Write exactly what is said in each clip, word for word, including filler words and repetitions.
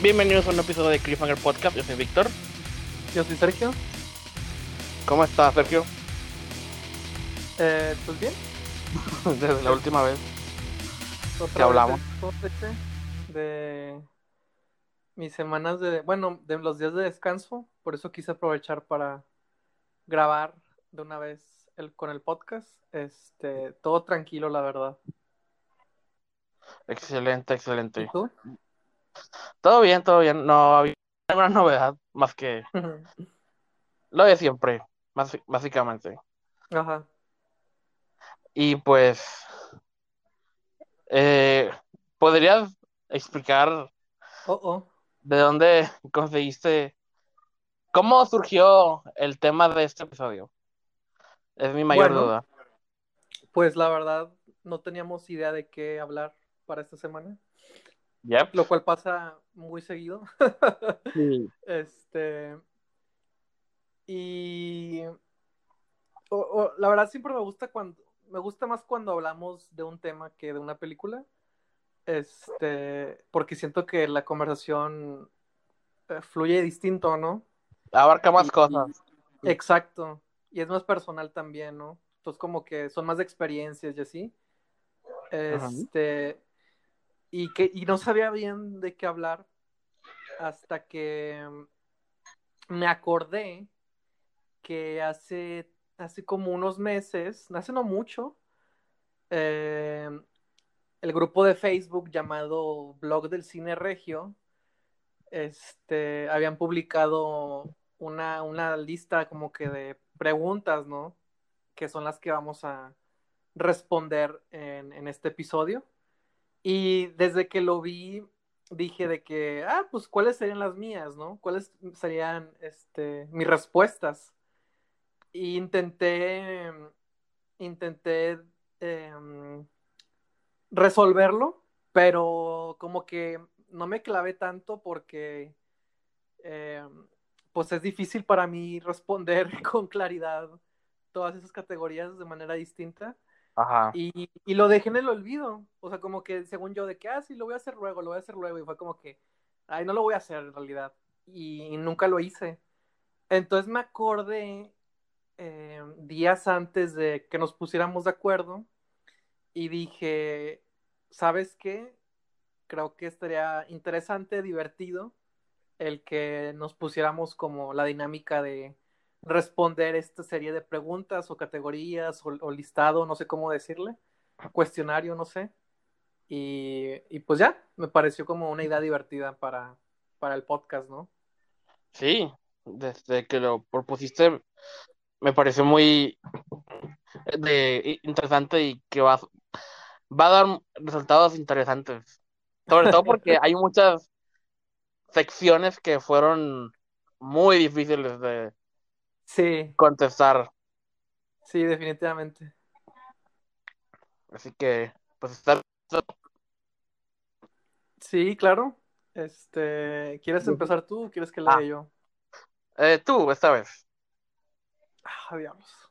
Bienvenidos a un episodio de Cliffhanger Podcast. Yo soy Víctor. Yo soy Sergio. ¿Cómo estás, Sergio? Eh, pues bien. Desde la última vez Otra que hablamos. De, de mis semanas de, bueno, de los días de descanso. Por eso quise aprovechar para grabar de una vez el, con el podcast. Este, todo tranquilo, la verdad. Excelente, ¿Y excelente. tú? Todo bien, todo bien. No había ninguna novedad más que lo de siempre, basi- básicamente. Ajá. Y pues, eh, ¿podrías explicar Oh, oh. de dónde conseguiste, cómo surgió el tema de este episodio? Es mi mayor Bueno, duda. pues la verdad no teníamos idea de qué hablar para esta semana, Yep. lo cual pasa muy seguido. Sí. Este, y o- o, la verdad siempre me gusta cuando, me gusta más cuando hablamos de un tema que de una película, este, porque siento que la conversación eh, fluye distinto, ¿no? Abarca más Y, y- cosas. exacto, y es más personal también, ¿no? Entonces como que son más de experiencias y así, Ujú. este, y que y no sabía bien de qué hablar hasta que me acordé que hace, hace como unos meses, hace no mucho, eh, el grupo de Facebook llamado Blog del Cine Regio, este, habían publicado una, una lista como que de preguntas, ¿no? Que son las que vamos a responder en, en este episodio. Y desde que lo vi, dije de que, ah, pues, ¿cuáles serían las mías, no? ¿Cuáles serían, este, mis respuestas? Y intenté, intenté eh, resolverlo, pero como que no me clavé tanto porque eh, pues es difícil para mí responder con claridad todas esas categorías de manera distinta Ajá. y, y lo dejé en el olvido, o sea, como que según yo de que, ah, sí, lo voy a hacer luego, lo voy a hacer luego, y fue como que, ay, no lo voy a hacer en realidad, y nunca lo hice. Entonces me acordé eh, días antes de que nos pusiéramos de acuerdo y dije, ¿sabes qué? Creo que estaría interesante, divertido, el que nos pusiéramos como la dinámica de responder esta serie de preguntas o categorías o, o listado, no sé cómo decirle, cuestionario, no sé. Y, y pues ya, me pareció como una idea divertida para, para el podcast, ¿no? Sí, desde que lo propusiste me pareció muy de, interesante y que va, va a dar resultados interesantes. Sobre todo porque hay muchas secciones que fueron muy difíciles de Sí, contestar. sí, definitivamente. Así que, pues está. Sí, claro. Este, ¿quieres empezar tú o quieres que lea Ah, yo? eh, tú, esta vez. Ah, diablos.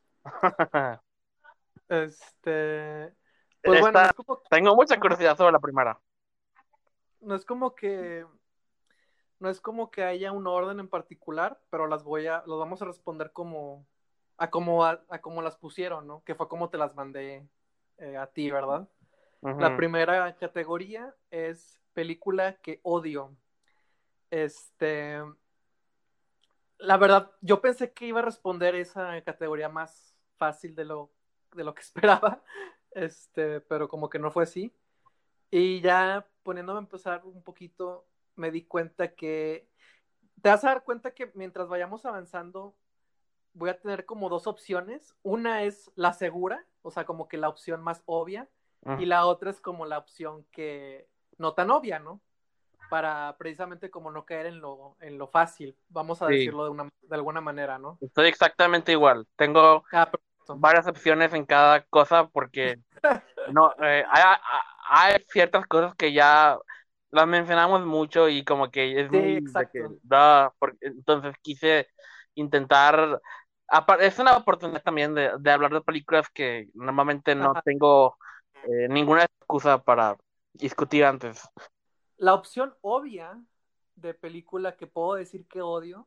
Este, pues bueno, no Esta, es como, tengo mucha ajá, curiosidad sobre la primera. no es como que no es como que haya un orden en particular, pero las voy a, los vamos a responder como a como a, a como las pusieron, ¿no? Que fue como te las mandé eh, a ti, ¿verdad? La Ujú. primera categoría es película que odio. Este, la verdad, yo pensé que iba a responder esa categoría más fácil de lo, de lo que esperaba, este, pero como que no fue así. Y ya poniéndome a empezar un poquito, me di cuenta que te vas a dar cuenta que mientras vayamos avanzando, voy a tener como dos opciones. Una es la segura, o sea, como que la opción más obvia, Mm. y la otra es como la opción que no tan obvia, ¿no? Para precisamente como no caer en lo, en lo fácil, vamos a Sí, decirlo de, una, de alguna manera, ¿no? estoy exactamente igual. Tengo Ah, perfecto. varias opciones en cada cosa porque no, eh, hay, hay ciertas cosas que ya las mencionamos mucho y como que es Sí, muy de que, exacto. da, porque, entonces quise intentar, apa- es una oportunidad también de, de hablar de películas que normalmente no Ajá. tengo eh, ninguna excusa para discutir antes. La opción obvia de película que puedo decir que odio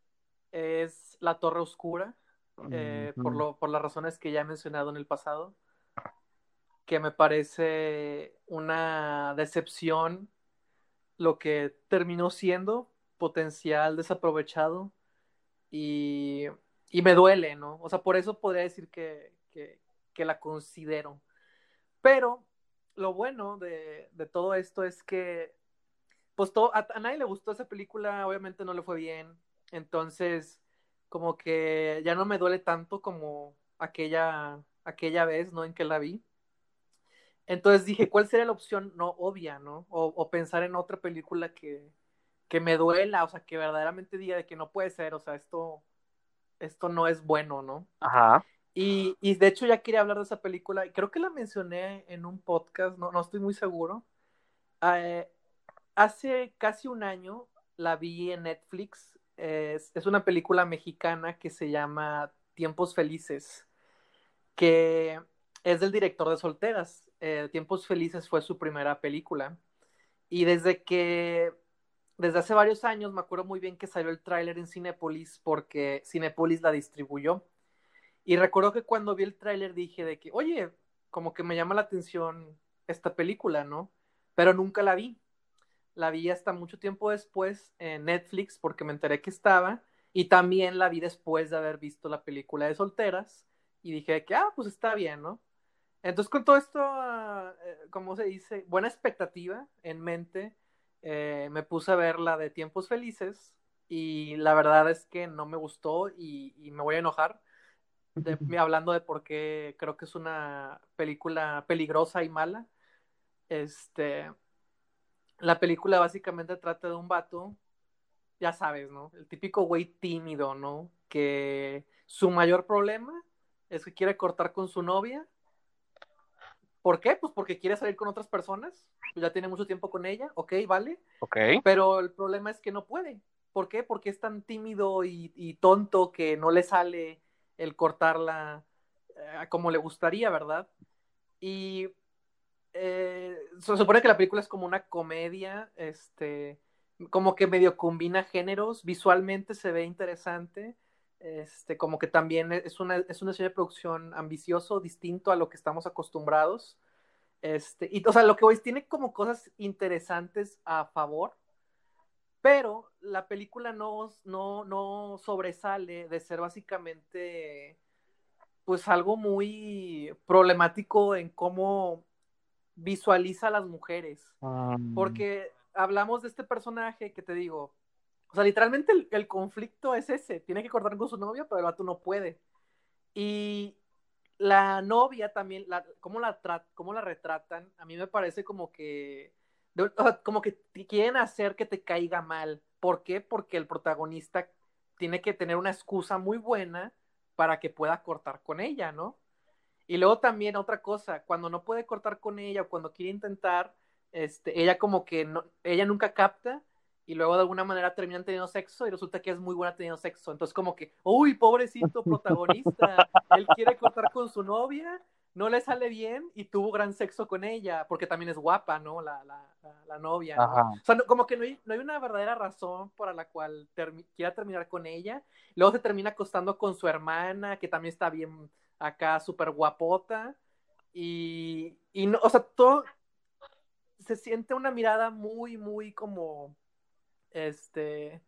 es La Torre Oscura, eh, por, Ujú. lo, por las razones que ya he mencionado en el pasado, que me parece una decepción lo que terminó siendo, potencial desaprovechado, y, y me duele, ¿no? O sea, por eso podría decir que, que, que la considero. Pero lo bueno de, de todo esto es que pues todo, a, a nadie le gustó esa película, obviamente no le fue bien, entonces como que ya no me duele tanto como aquella, aquella vez, ¿no? En que la vi. Entonces dije, ¿cuál sería la opción no obvia, ¿no? O, o pensar en otra película que, que me duela, o sea, que verdaderamente diga de que no puede ser, o sea, esto, esto no es bueno, ¿no? Ajá. Y, y de hecho ya quería hablar de esa película, y creo que la mencioné en un podcast, no, no estoy muy seguro. Eh, Hace casi un año la vi en Netflix. Es, es una película mexicana que se llama Tiempos Felices, que es del director de Solteras. Eh, Tiempos Felices fue su primera película. Y desde que, desde hace varios años, me acuerdo muy bien que salió el tráiler en Cinépolis porque Cinépolis la distribuyó. Y recuerdo que cuando vi el tráiler dije de que, oye, como que me llama la atención esta película, ¿no? Pero nunca la vi. La vi hasta mucho tiempo después en Netflix porque me enteré que estaba, y también la vi después de haber visto la película de Solteras y dije que, ah, pues está bien, ¿no? Entonces con todo esto, uh, eh, como se dice, buena expectativa en mente, eh, me puse a ver la de Tiempos Felices y la verdad es que no me gustó, y, y me voy a enojar de, hablando de por qué creo que es una película peligrosa y mala. Este, la película básicamente trata de un vato, ya sabes, ¿no? El típico güey tímido, ¿no? Que su mayor problema es que quiere cortar con su novia. ¿Por qué? Pues porque quiere salir con otras personas. Pues ya tiene mucho tiempo con ella, ok, vale. Ok. Pero el problema es que no puede. ¿Por qué? Porque es tan tímido y, y tonto que no le sale el cortarla eh, como le gustaría, ¿verdad? Y eh, se supone que la película es como una comedia, este, como que medio combina géneros, visualmente se ve interesante, este, como que también es una, es una serie de producción ambicioso, distinto a lo que estamos acostumbrados, este, y, o sea, lo que hoy tiene como cosas interesantes a favor, pero la película no, no, no sobresale de ser básicamente, pues algo muy problemático en cómo visualiza a las mujeres. Mm, Porque hablamos de este personaje que te digo, o sea, literalmente el, el conflicto es ese, tiene que cortar con su novia, pero el vato no puede. Y la novia también, la, cómo, la tra cómo la retratan, a mí me parece como que, de, o sea, como que te quieren hacer que te caiga mal. ¿Por qué? Porque el protagonista tiene que tener una excusa muy buena para que pueda cortar con ella, ¿no? Y luego también otra cosa, cuando no puede cortar con ella o cuando quiere intentar, este, ella como que no, ella nunca capta, y luego de alguna manera terminan teniendo sexo y resulta que es muy buena teniendo sexo. Entonces como que, uy, pobrecito protagonista, él quiere cortar con su novia, no le sale bien y tuvo gran sexo con ella, porque también es guapa, ¿no? La, la, la, la novia, ¿no? ajá. O sea, no, como que no hay, no hay una verdadera razón para la cual termi quiera terminar con ella. Luego se termina acostando con su hermana, que también está bien acá súper guapota, y, y no, o sea, todo se siente una mirada muy, muy como, este,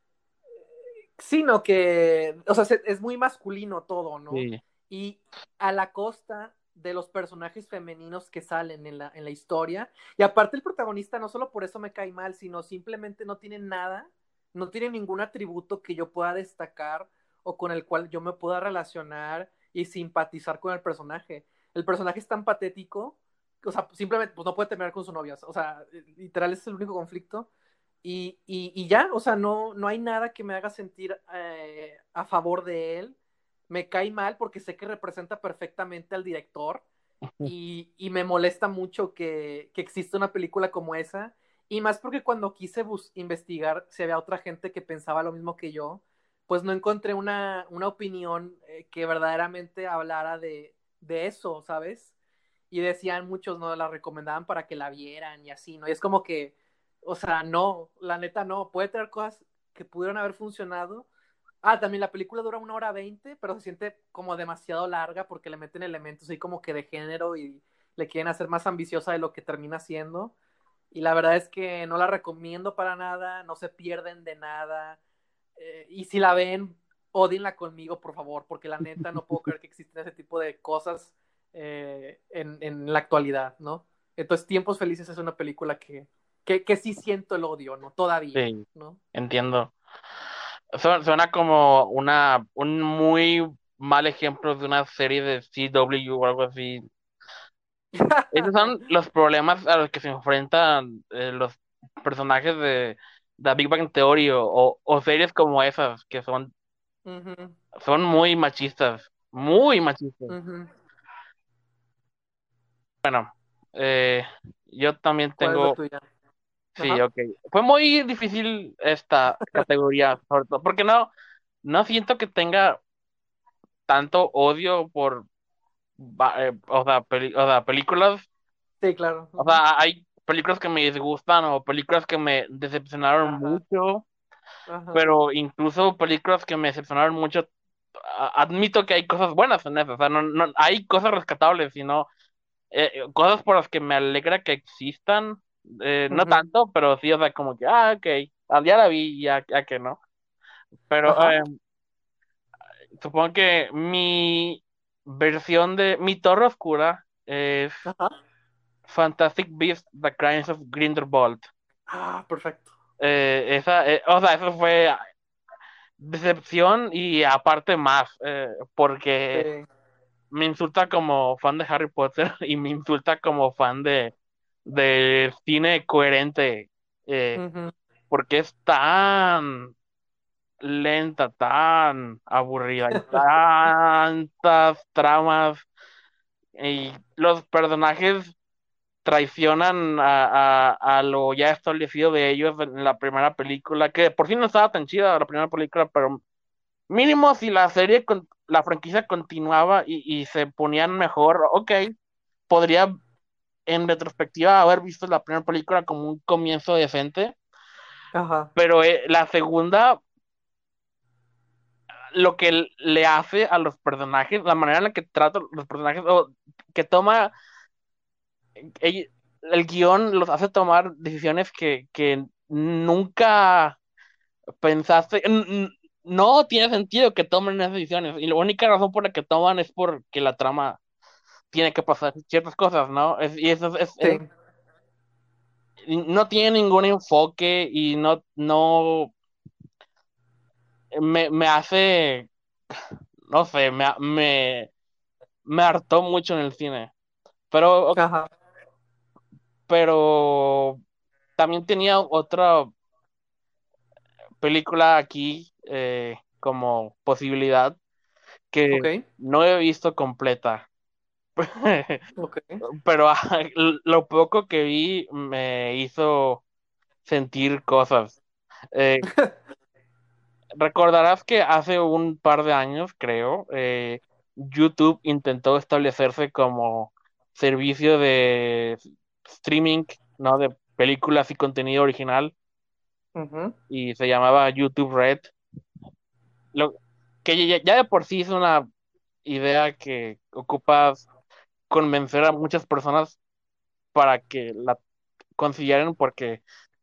sino que, o sea, se, es muy masculino todo, ¿no? Sí. Y a la costa de los personajes femeninos que salen en la, en la historia, y aparte el protagonista no solo por eso me cae mal, sino simplemente no tiene nada, no tiene ningún atributo que yo pueda destacar o con el cual yo me pueda relacionar y simpatizar con el personaje. El personaje es tan patético, o sea, simplemente pues no puede terminar con su novia, o sea, literal es el único conflicto, y, y, y ya, o sea, no, no hay nada que me haga sentir eh, a favor de él. Me cae mal porque sé que representa perfectamente al director, y, y me molesta mucho que, que exista una película como esa, y más porque cuando quise bus investigar si había otra gente que pensaba lo mismo que yo, pues no encontré una, una opinión eh, que verdaderamente hablara de, de eso, ¿sabes? Y decían muchos, ¿no? La recomendaban para que la vieran y así, ¿no? Y es como que, O sea, no, la neta no. Puede tener cosas que pudieron haber funcionado. Ah, también la película dura una hora veinte, pero se siente como demasiado larga porque le meten elementos ahí como que de género y le quieren hacer más ambiciosa de lo que termina siendo. Y la verdad es que no la recomiendo para nada, no se pierden de nada. Eh, y si la ven, odienla conmigo, por favor, porque la neta no puedo creer que existen ese tipo de cosas eh, en, en, la actualidad, ¿no? Entonces, Tiempos Felices es una película que, que, que sí siento el odio, ¿no? Todavía, Sí, ¿no? entiendo. Su- Suena como una, un muy mal ejemplo de una serie de C W o algo así. Esos son los problemas a los que se enfrentan eh, los personajes de The Big Bang Theory o, o- o series como esas, que son, uh -huh, son muy machistas, muy machistas. uh -huh. Bueno, eh, yo también ¿Cuál es la tengo, tuya? sí, Ajá. ok. Fue muy difícil esta categoría, sobre todo, porque no, no siento que tenga tanto odio por, va- eh, o sea, peli- o sea, películas. Sí, claro. Uh O -huh. sea, hay películas que me disgustan o películas que me decepcionaron Ajá, mucho, ajá. pero incluso películas que me decepcionaron mucho, a- admito que hay cosas buenas en eso, o sea, no, no, hay cosas rescatables, sino eh, eh, cosas por las que me alegra que existan, eh, Uh no -huh. tanto, pero sí, o sea, como que, ah, ok, ah, ya la vi, ya, ya que no. Pero Ajá, eh, supongo que mi versión de mi Torre Oscura es ajá. Fantastic Beasts: The Crimes of Grindelwald. Ah, perfecto. Eh, esa, eh, o sea, eso fue decepción y aparte más, eh, porque Sí. me insulta como fan de Harry Potter y me insulta como fan de, de cine coherente, eh, Uh -huh. porque es tan lenta, tan aburrida, y tantas tramas y los personajes traicionan a, a, a lo ya establecido de ellos en la primera película, que por fin no estaba tan chida la primera película, pero mínimo si la serie, con, la franquicia continuaba y, y se ponían mejor, ok, podría en retrospectiva haber visto la primera película como un comienzo decente, Ajá. pero eh, la segunda, lo que le hace a los personajes, la manera en la que trata los personajes, o que toma, el, el guión los hace tomar decisiones que, que nunca pensaste, n- n- no tiene sentido que tomen esas decisiones, y la única razón por la que toman es porque la trama tiene que pasar ciertas cosas, ¿no? Es, y eso es, es- Sí. no tiene ningún enfoque y no, no me, me hace, no sé, me, me, me hartó mucho en el cine. Pero, Ajá. pero también tenía otra película aquí eh, como posibilidad que Ok. no he visto completa. Ok. Pero lo poco que vi me hizo sentir cosas. Eh, Recordarás que hace un par de años, creo, eh, YouTube intentó establecerse como servicio de streaming, ¿no? De películas y contenido original Uh -huh. y se llamaba YouTube Red. Lo, que ya, ya de por sí es una idea que ocupa convencer a muchas personas para que la consideren porque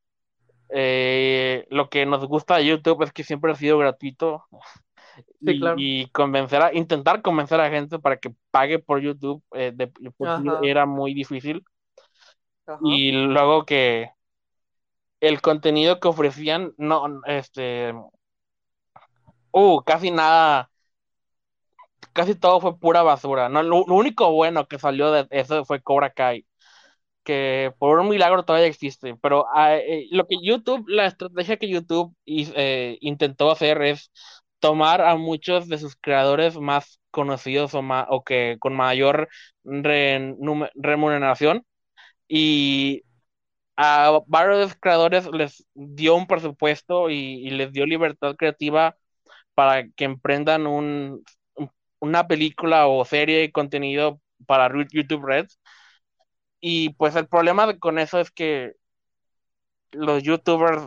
eh, lo que nos gusta de YouTube es que siempre ha sido gratuito Sí, claro. y, y convencer a, intentar convencer a gente para que pague por YouTube eh, de, de por sí Ajá. era muy difícil. Ajá. Y luego que el contenido que ofrecían, no, este, uh, casi nada, casi todo fue pura basura. No, lo, lo único bueno que salió de eso fue Cobra Kai, que por un milagro todavía existe. Pero ah, eh, lo que YouTube, la estrategia que YouTube is- eh, intentó hacer es tomar a muchos de sus creadores más conocidos o, ma- o que con mayor renume- remuneración y a varios creadores les dio un presupuesto y, y les dio libertad creativa para que emprendan un, un- una película o serie de contenido para Ru- YouTube Red. Y pues el problema de- con eso es que los YouTubers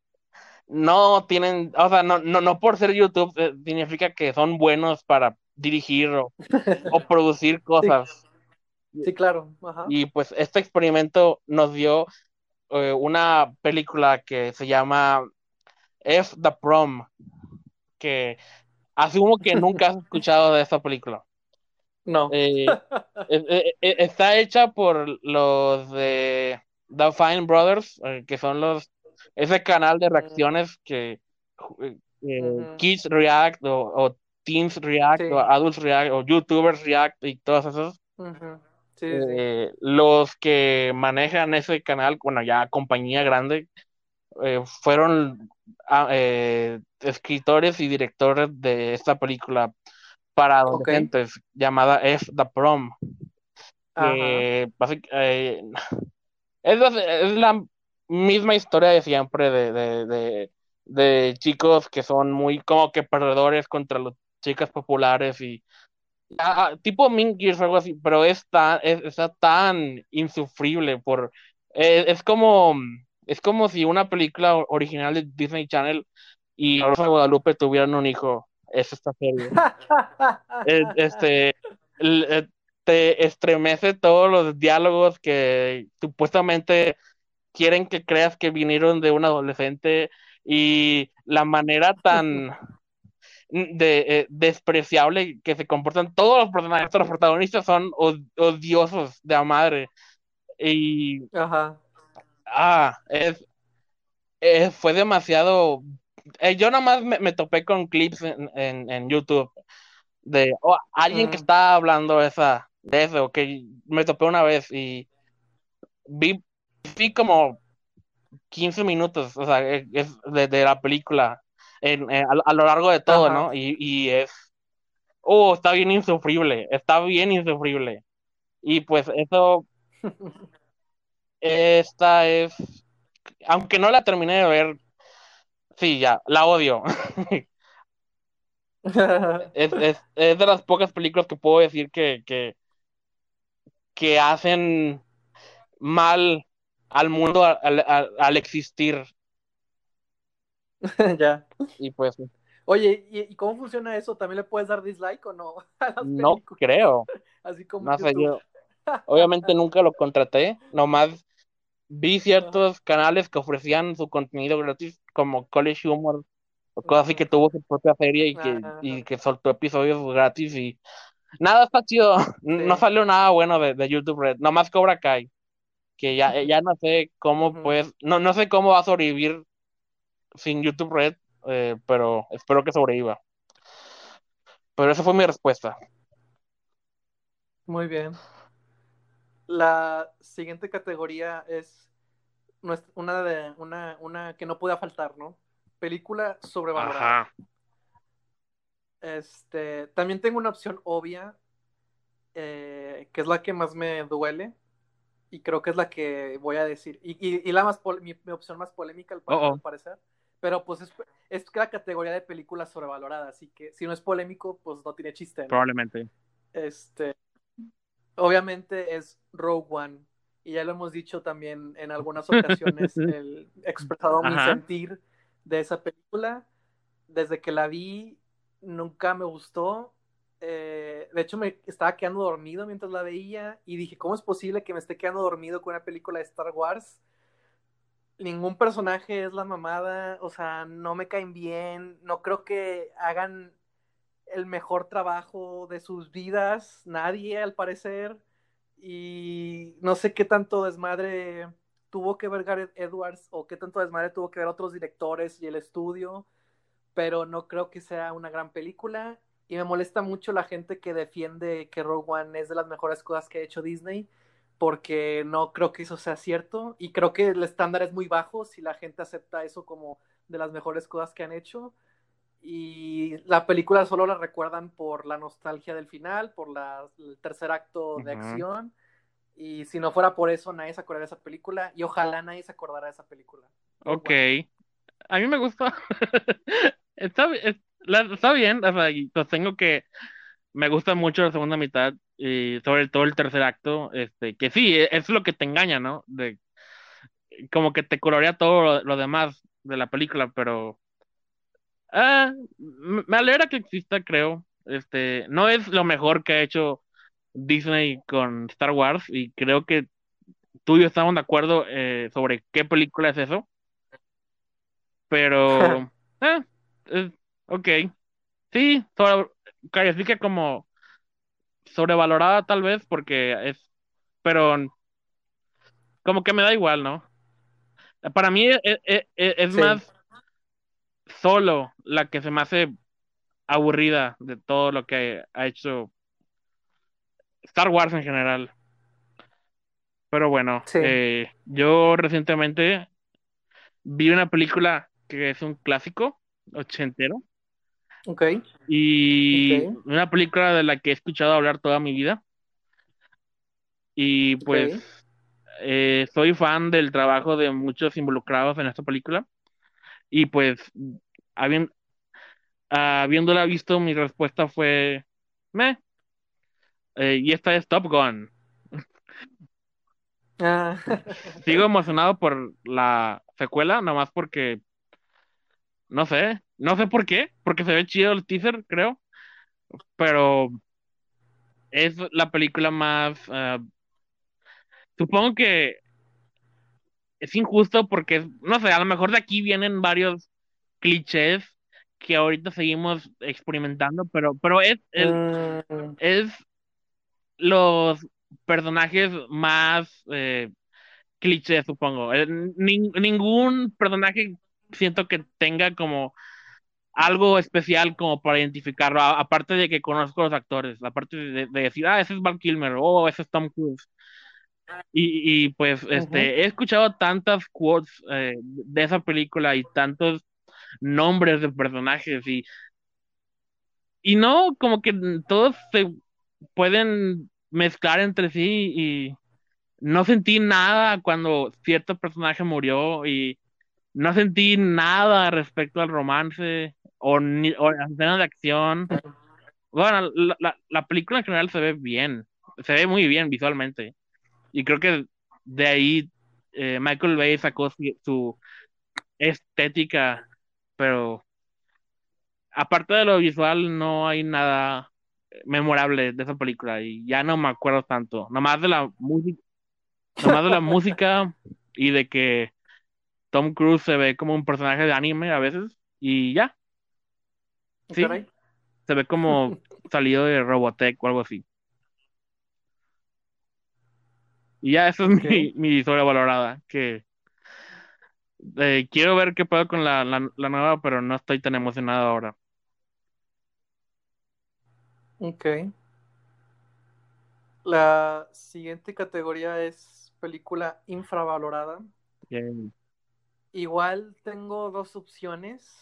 no tienen, o sea, no, no, no por ser YouTube eh, significa que son buenos para dirigir o, o producir Sí, cosas. sí, claro. Ajá. Y pues este experimento nos dio eh, una película que se llama F the Prom, que asumo que nunca has escuchado de esta película. No. Eh, eh, eh, eh, está hecha por los de The Fine Brothers, eh, que son los, ese canal de Mm, reacciones que eh, eh, ujú. Kids React o, o Teens React o Sí. Adults React o YouTubers React y todos esos. Ujú. Sí, sí, sí. Eh, los que manejan ese canal, bueno, ya compañía grande, eh, fueron ah, eh, escritores y directores de esta película para Ok. adolescentes llamada F the Prom, Ajá. que basic- eh, es, la, es la misma historia de siempre de, de, de, de chicos que son muy como que perdedores contra las chicas populares y ah, tipo Mean Girls o algo así, pero es tan, es, está tan insufrible por eh, es como es como si una película o- original de Disney Channel y Rosa de Guadalupe tuvieran un hijo. Es esta serie. Eh, este el- eh, te estremece todos los diálogos que supuestamente quieren que creas que vinieron de un adolescente y la manera tan de, eh, despreciable que se comportan todos los personajes, todos los protagonistas son od- odiosos de a madre. Y Ajá. ah, es, es- fue demasiado. Eh, yo nomás me, me topé con clips en, en, en YouTube de oh, alguien que Mm, está hablando esa, de eso, que me topé una vez y vi, vi como quince minutos, o sea, es, es de, de la película en, en- a, a lo largo de todo, ajá. ¿no? Y, y es oh, está bien insufrible, está bien insufrible. Y pues eso, esta es, aunque no la terminé de ver, sí, ya, la odio. Es, es, es de las pocas películas que puedo decir que, que, que hacen mal al mundo al, al, al existir. Ya. Y pues Oye, ¿y, y cómo funciona eso? ¿También le puedes dar dislike o no a las no películas? creo, Así como en no sé, YouTube. yo obviamente nunca lo contraté, nomás vi Ajá. ciertos canales que ofrecían su contenido gratis, como College Humor o cosas así Ujú. que tuvo su propia serie y que, Ajá. y que soltó episodios gratis y nada está chido. No Sí. salió nada bueno de, de YouTube Red, nomás Cobra Kai, que ya, ya no sé cómo Ujú. pues, no, no sé cómo va a sobrevivir sin YouTube Red, eh, pero espero que sobreviva. Pero esa fue mi respuesta. Muy bien. La siguiente categoría es nues- una de una, una que no podía faltar, ¿no? Película sobrevalorada. Ajá. Este, también tengo una opción obvia, eh, que es la que más me duele, y creo que es la que voy a decir. Y, y, y la más pol- mi, mi, opción más polémica, al, Oh, al oh, parecer. Pero pues es, es la categoría de película sobrevalorada, así que si no es polémico, pues no tiene chiste, ¿no? probablemente. Este, obviamente es Rogue One. Y ya lo hemos dicho también en algunas ocasiones, el expresado mi Ajá. sentir de esa película. Desde que la vi, nunca me gustó. Eh, de hecho, me estaba quedando dormido mientras la veía y dije, ¿cómo es posible que me esté quedando dormido con una película de Star Wars? Ningún personaje es la mamada, o sea, no me caen bien, no creo que hagan el mejor trabajo de sus vidas, nadie al parecer, y no sé qué tanto desmadre tuvo que ver Gareth Edwards o qué tanto desmadre tuvo que ver otros directores y el estudio, pero no creo que sea una gran película. Y me molesta mucho la gente que defiende que Rogue One es de las mejores cosas que ha hecho Disney, porque no creo que eso sea cierto. Y creo que el estándar es muy bajo si la gente acepta eso como de las mejores cosas que han hecho. Y la película solo la recuerdan por la nostalgia del final, por la, el tercer acto de Ujú. acción. Y si no fuera por eso, nadie se acordaría de esa película. Y ojalá nadie se acordara de esa película. Rogue Ok. One. A mí me gusta. Está, bi- es- la- está bien, o sea, y sostengo que me gusta mucho la segunda mitad y sobre todo el tercer acto, este, que sí, e- es lo que te engaña, ¿no? De, como que te colorea todo lo, lo demás de la película, pero ah, m- me alegra que exista, creo. Este, no es lo mejor que ha hecho Disney con Star Wars y creo que tú y yo estamos de acuerdo eh, sobre qué película es eso, pero ah, es- ok, sí, sobre, califica como sobrevalorada tal vez porque es, pero como que me da igual, ¿no? Para mí es, es- es- es Sí, más solo la que se me hace aburrida de todo lo que ha hecho Star Wars en general. Pero bueno, sí, eh, yo recientemente vi una película que es un clásico ochentero ok, ok, y una película de la que he escuchado hablar toda mi vida y ok. pues eh, soy fan del trabajo de muchos involucrados en esta película y pues habien- habiéndola visto mi respuesta fue meh, eh, y esta es Top Gun. Ah, Sigo emocionado por la secuela, nomás porque no sé, no sé por qué, porque se ve chido el teaser, creo, pero es la película más, ah, supongo que es injusto porque, es- no sé, a lo mejor de aquí vienen varios clichés que ahorita seguimos experimentando, pero, pero es, el, mm, es los personajes más eh, clichés, supongo. Eh, nin- ningún personaje siento que tenga como algo especial como para identificarlo, a- aparte de que conozco a los actores, aparte de, de decir, ah, ese es Val Kilmer, oh, ese es Tom Cruise. Y, y pues ujú, este, he escuchado tantas quotes eh, de esa película y tantos nombres de personajes y, y no, como que todos se pueden mezclar entre sí y no sentí nada cuando cierto personaje murió y no sentí nada respecto al romance o, ni, o las escenas de acción. Bueno, la, la, la película en general se ve bien, se ve muy bien visualmente. Y creo que de ahí eh, Michael Bay sacó su, su estética, pero aparte de lo visual no hay nada memorable de esa película y ya no me acuerdo tanto. Nomás de la música, nomás de la música y de que Tom Cruise se ve como un personaje de anime a veces y ya, sí, caray. se ve como salido de Robotech o algo así. Y ya, esa es Ok, mi, mi sobrevalorada, que eh, quiero ver qué puedo con la, la, la nueva, pero no estoy tan emocionado ahora. ok. La siguiente categoría es película infravalorada. Bien. Igual tengo dos opciones,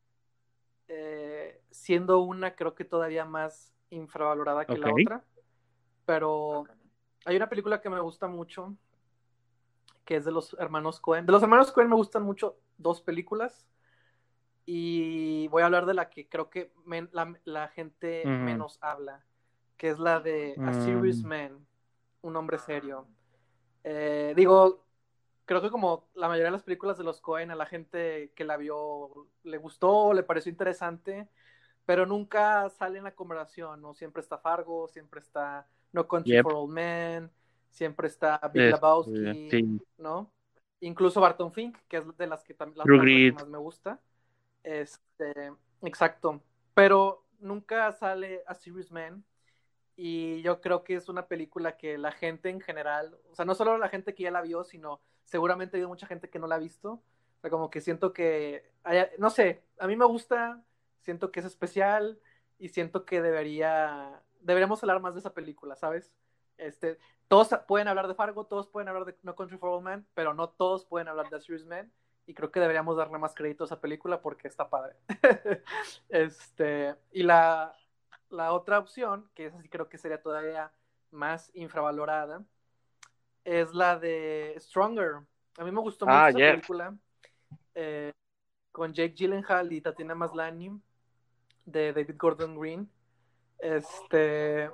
eh, siendo una creo que todavía más infravalorada que Ok. la otra, pero hay una película que me gusta mucho, que es de los hermanos Coen. De los hermanos Coen me gustan mucho dos películas y voy a hablar de la que creo que men- la, la gente Ujú. menos habla, que es la de A Serious Mm, Man, un hombre serio. Eh, digo, creo que como la mayoría de las películas de los Coen, a la gente que la vio le gustó, le pareció interesante, pero nunca sale en la conversación, ¿no? Siempre está Fargo, siempre está No Country yep. for Old Men, siempre está Big Este, Lebowski, sí. ¿no? Incluso Barton Fink, que es de las que tam- la, True la otra que Grit. más me gusta. Este, exacto. Pero nunca sale A Serious Man. Y yo creo que es una película que la gente en general, o sea, no solo la gente que ya la vio, sino seguramente hay mucha gente que no la ha visto. O sea, como que siento que, hay- no sé, a mí me gusta, siento que es especial y siento que debería, deberíamos hablar más de esa película, ¿sabes? Este, todos pueden hablar de Fargo, todos pueden hablar de No Country for Old Men, pero no todos pueden hablar de A Serious Man. Y creo que deberíamos darle más crédito a esa película porque está padre. este, y la, la otra opción, que esa sí creo que sería todavía más infravalorada, es la de Stronger. A mí me gustó Ah, mucho esa yes. película, eh, con Jake Gyllenhaal y Tatiana Maslany, de David Gordon Green. Este,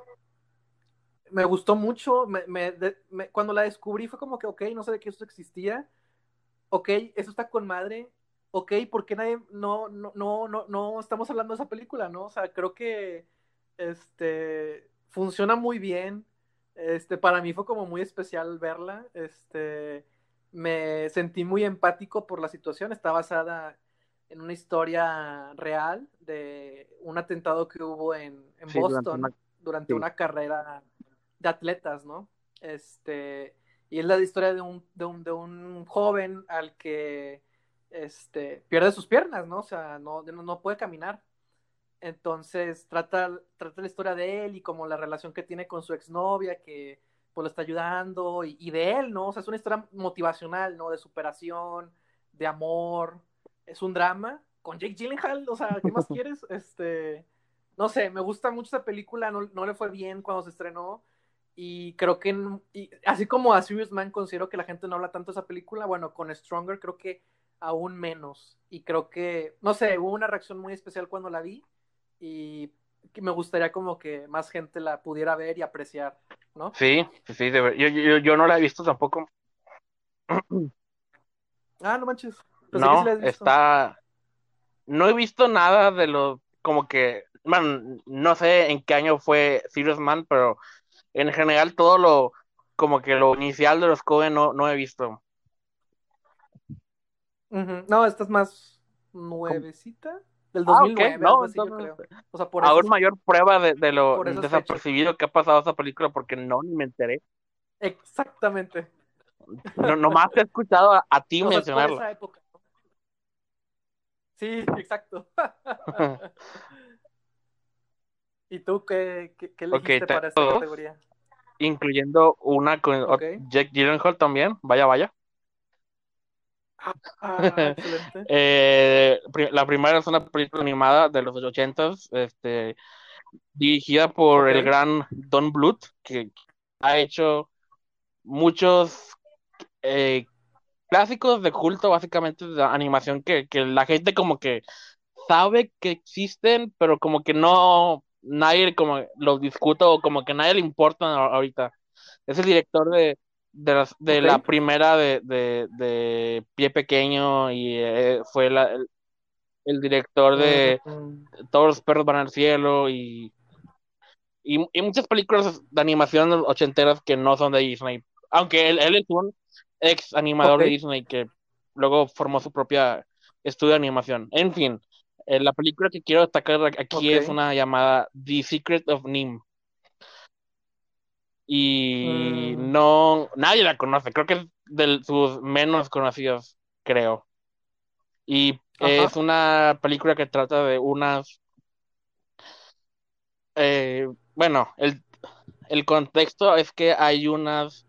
me gustó mucho. Me, me, de, me, cuando la descubrí fue como que, ok, no sé de que esto existía. ok, eso está con madre, ok, ¿por qué nadie, no, no, no, no, no estamos hablando de esa película, ¿no? O sea, creo que, este, funciona muy bien, este, para mí fue como muy especial verla, este, me sentí muy empático por la situación, está basada en una historia real de un atentado que hubo en, en Sí, durante una... Boston durante Sí, una carrera de atletas, ¿no? Este, y es la historia de un, de un, de un joven al que este, pierde sus piernas, ¿no? O sea, no, no, no puede caminar. Entonces trata, trata la historia de él y como la relación que tiene con su exnovia que pues lo está ayudando y, y de él, ¿no? O sea, es una historia motivacional, ¿no? De superación, de amor, es un drama con Jake Gyllenhaal, o sea, ¿qué más quieres? Este, no sé, me gusta mucho esa película, no, no le fue bien cuando se estrenó y creo que, y así como a Serious Man considero que la gente no habla tanto de esa película, bueno, con Stronger creo que aún menos y creo que, no sé, hubo una reacción muy especial cuando la vi y que me gustaría como que más gente la pudiera ver y apreciar, ¿no? sí, sí, sí, de ver- yo, yo, yo no la he visto tampoco. Ah, no manches, pensé que sí la No, has visto. está... No he visto nada de lo... Como que... Man, no sé en qué año fue Serious Man, pero en general todo lo... Como que lo inicial de los Coen no, no he visto. Ujú. No, esta es más Como- nuevecita, del Ah, ok, dos mil nueve, algo no, así yo entonces... creo. O sea, por Aún esas, mayor prueba de, de lo por esas fechas. desapercibido que ha pasado esa película porque no, ni me enteré. Exactamente. No, nomás te he escuchado a, a ti O sea, es por mencionarla. esa época. Sí, exacto. ¿Y tú qué, qué, qué Ok, elegiste tengo para esta dos, categoría? incluyendo una con Ok. ot- Jake Gyllenhaal también. Vaya, vaya. Ah, excelente. Eh, pri- la primera es una película animada de los ochentas, este, dirigida por Ok. el gran Don Bluth, que ha hecho muchos eh, clásicos de culto, básicamente de animación que, que la gente como que sabe que existen, pero como que no, nadie como los discute o como que nadie le importa a- ahorita. Es el director de, de, las- de Ok. la primera de, de, de Pie Pequeño y eh, fue la- el, el director de Mm, Todos los perros van al cielo y, y, y muchas películas de animación ochenteras que no son de Disney. Aunque él, él es un ex animador ok. de Disney que luego formó su propia estudio de animación. En fin, eh, la película que quiero destacar aquí Ok. es una llamada The Secret of Nim. Y Mm, no, nadie la conoce, creo que es de sus menos conocidos, creo. Y ajá. es una película que trata de unas, eh, bueno, el, el contexto es que hay unas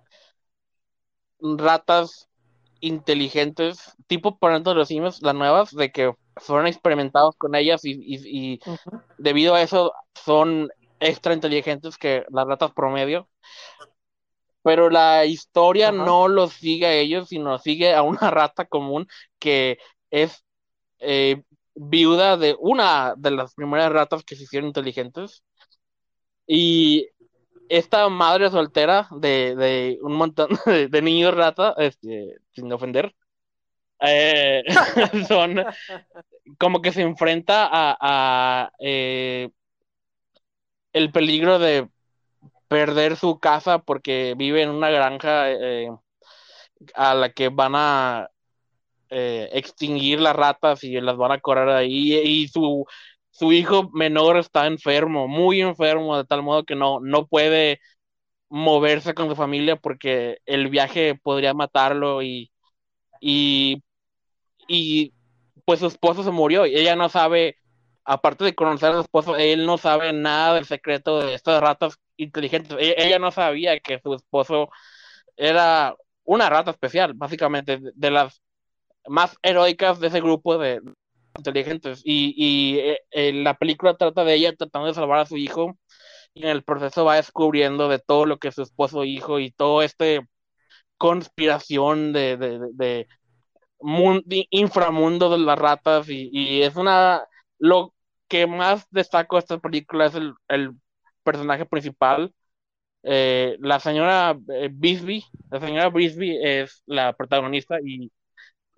ratas inteligentes, tipo Planeta de los Simios, las nuevas, de que fueron experimentados con ellas y, y, y Ujú. debido a eso son extra inteligentes que las ratas promedio. Pero la historia Ajá. no los sigue a ellos, sino sigue a una rata común que es eh, viuda de una de las primeras ratas que se hicieron inteligentes. Y esta madre soltera de, de un montón de, de niños rata, este, sin ofender, eh, son como que se enfrenta a, a eh, el peligro de perder su casa porque vive en una granja eh, a la que van a eh, extinguir las ratas y las van a correr ahí. Y su, su hijo menor está enfermo, muy enfermo, de tal modo que no, no puede moverse con su familia porque el viaje podría matarlo y, y, y pues su esposo se murió y ella no sabe, aparte de conocer a su esposo, él no sabe nada del secreto de estas ratas inteligentes. E- Ella no sabía que su esposo era una rata especial, básicamente, de, de las más heroicas de ese grupo de inteligentes. Y, y eh, eh, la película trata de ella tratando de salvar a su hijo y en el proceso va descubriendo de todo lo que su esposo hijo y todo este conspiración de, de, de, de mun- de inframundo de las ratas y, y es una... Lo que más destaco de esta película es el, el personaje principal. Eh, la señora eh, Bisbee, la señora Bisbee es la protagonista y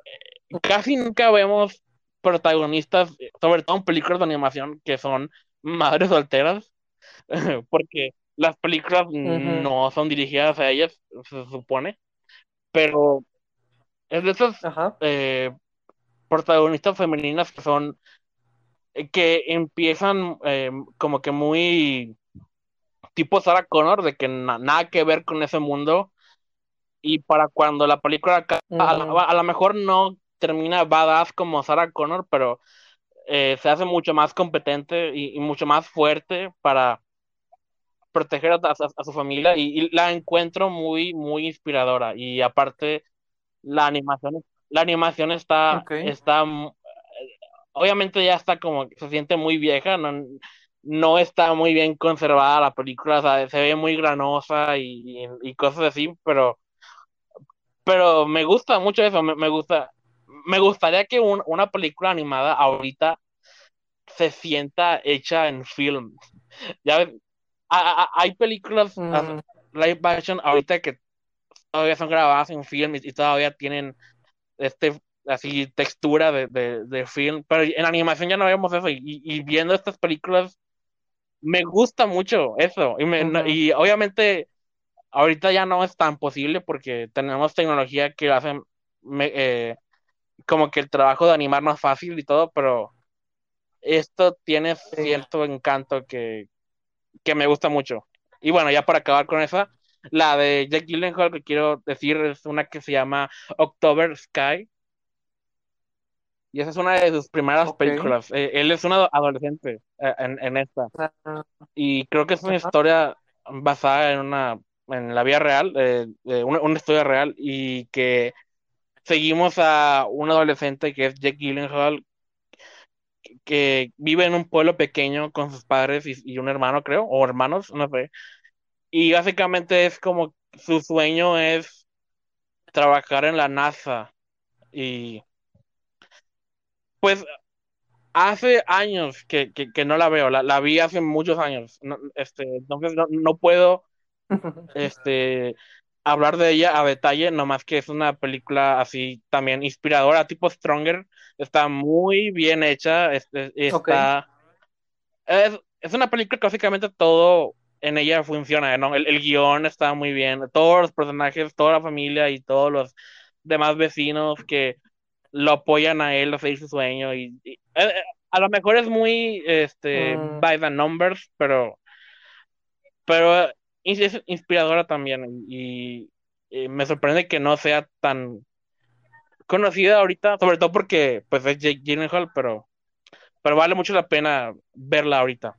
casi nunca vemos protagonistas, sobre todo en películas de animación, que son madres solteras, porque las películas Ujú. no son dirigidas a ellas, se supone, pero es de esas Ajá. eh, protagonistas femeninas que son, eh, que empiezan eh, como que muy tipo Sarah Connor, de que na- nada que ver con ese mundo, y para cuando la película acaba, a la, Ujú. a la mejor no termina badass como Sarah Connor, pero eh, se hace mucho más competente y, y mucho más fuerte para proteger a, a- a su familia, y, y la encuentro muy, muy inspiradora. Y aparte, la animación, la animación está, Ok. está, mm, obviamente ya está como, se siente muy vieja, no, no está muy bien conservada la película, o sea, se ve muy granosa y, y, y cosas así, pero, pero me gusta mucho eso, me, me gusta, me gustaría que un- una película animada ahorita se sienta hecha en film. Ya ves, a- a- hay películas as- Mm, live action ahorita que todavía son grabadas en film y, y todavía tienen este así textura de, de, de film, pero en animación ya no vemos eso, y, y- y viendo estas películas me gusta mucho eso, y, me- no- ujú. y obviamente ahorita ya no es tan posible porque tenemos tecnología que hace me- eh, como que el trabajo de animar más fácil y todo, pero esto tiene Sí. cierto encanto que, que me gusta mucho. Y bueno, ya para acabar con esa, la de Jake Gyllenhaal que quiero decir es una que se llama October Sky, y esa es una de sus primeras Ok. películas. Eh, él es un ado- adolescente eh, en, en esta, Ah, y creo que es una ajá. historia basada en una en la vida real, eh, eh, una, una historia real, y que seguimos a un adolescente que es Jake Gyllenhaal, que vive en un pueblo pequeño con sus padres y, y un hermano, creo, o hermanos, no sé. Y básicamente es como su sueño es trabajar en la NASA. Y pues hace años que, que, que no la veo, la, la vi hace muchos años. No, este, entonces no, no puedo este, hablar de ella a detalle, nomás que es una película así también inspiradora, tipo Stronger. Está muy bien hecha, este, Ok. está Es, es una película que básicamente todo en ella funciona, ¿no? El, el guión está muy bien, todos los personajes, toda la familia y todos los demás vecinos que lo apoyan a él a seguir su sueño. Y, y, eh, eh, a lo mejor es muy este, Mm, by the numbers, pero, pero eh, es es inspiradora también. Y, y me sorprende que no sea tan conocida ahorita, sobre todo porque pues es Jake Gyllenhaal, pero, pero vale mucho la pena verla ahorita.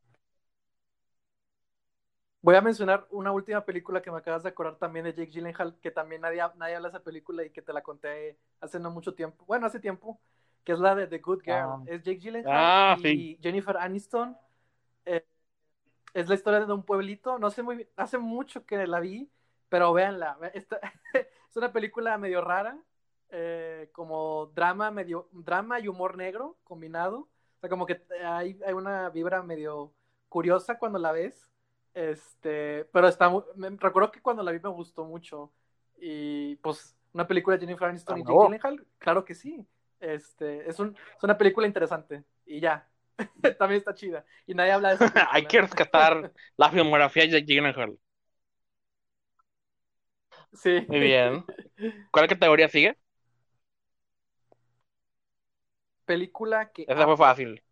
Voy a mencionar una última película que me acabas de acordar también de Jake Gyllenhaal, que también nadie, nadie habla de esa película y que te la conté hace no mucho tiempo. Bueno, hace tiempo, que es la de The Good Girl. Ah, Es Jake Gyllenhaal ah, sí. y Jennifer Aniston. Eh, es la historia de un pueblito. No sé muy bien, hace mucho que la vi, pero véanla. Esta, es una película medio rara, eh, como drama, medio, drama y humor negro combinado. O sea, como que hay, hay una vibra medio curiosa cuando la ves. Este, pero está mu- me, recuerdo que cuando la vi me gustó mucho. Y pues, una película de Jennifer Ah, Aniston y Jake no. Gyllenhaal, claro que sí. Este, es, un, es una película interesante. Y ya, también está chida. Y nadie habla de esa Hay película. que rescatar la filmografía de Jake Gyllenhaal. Sí. Muy bien. ¿Cuál categoría sigue? Película que Esa fue amo. fácil.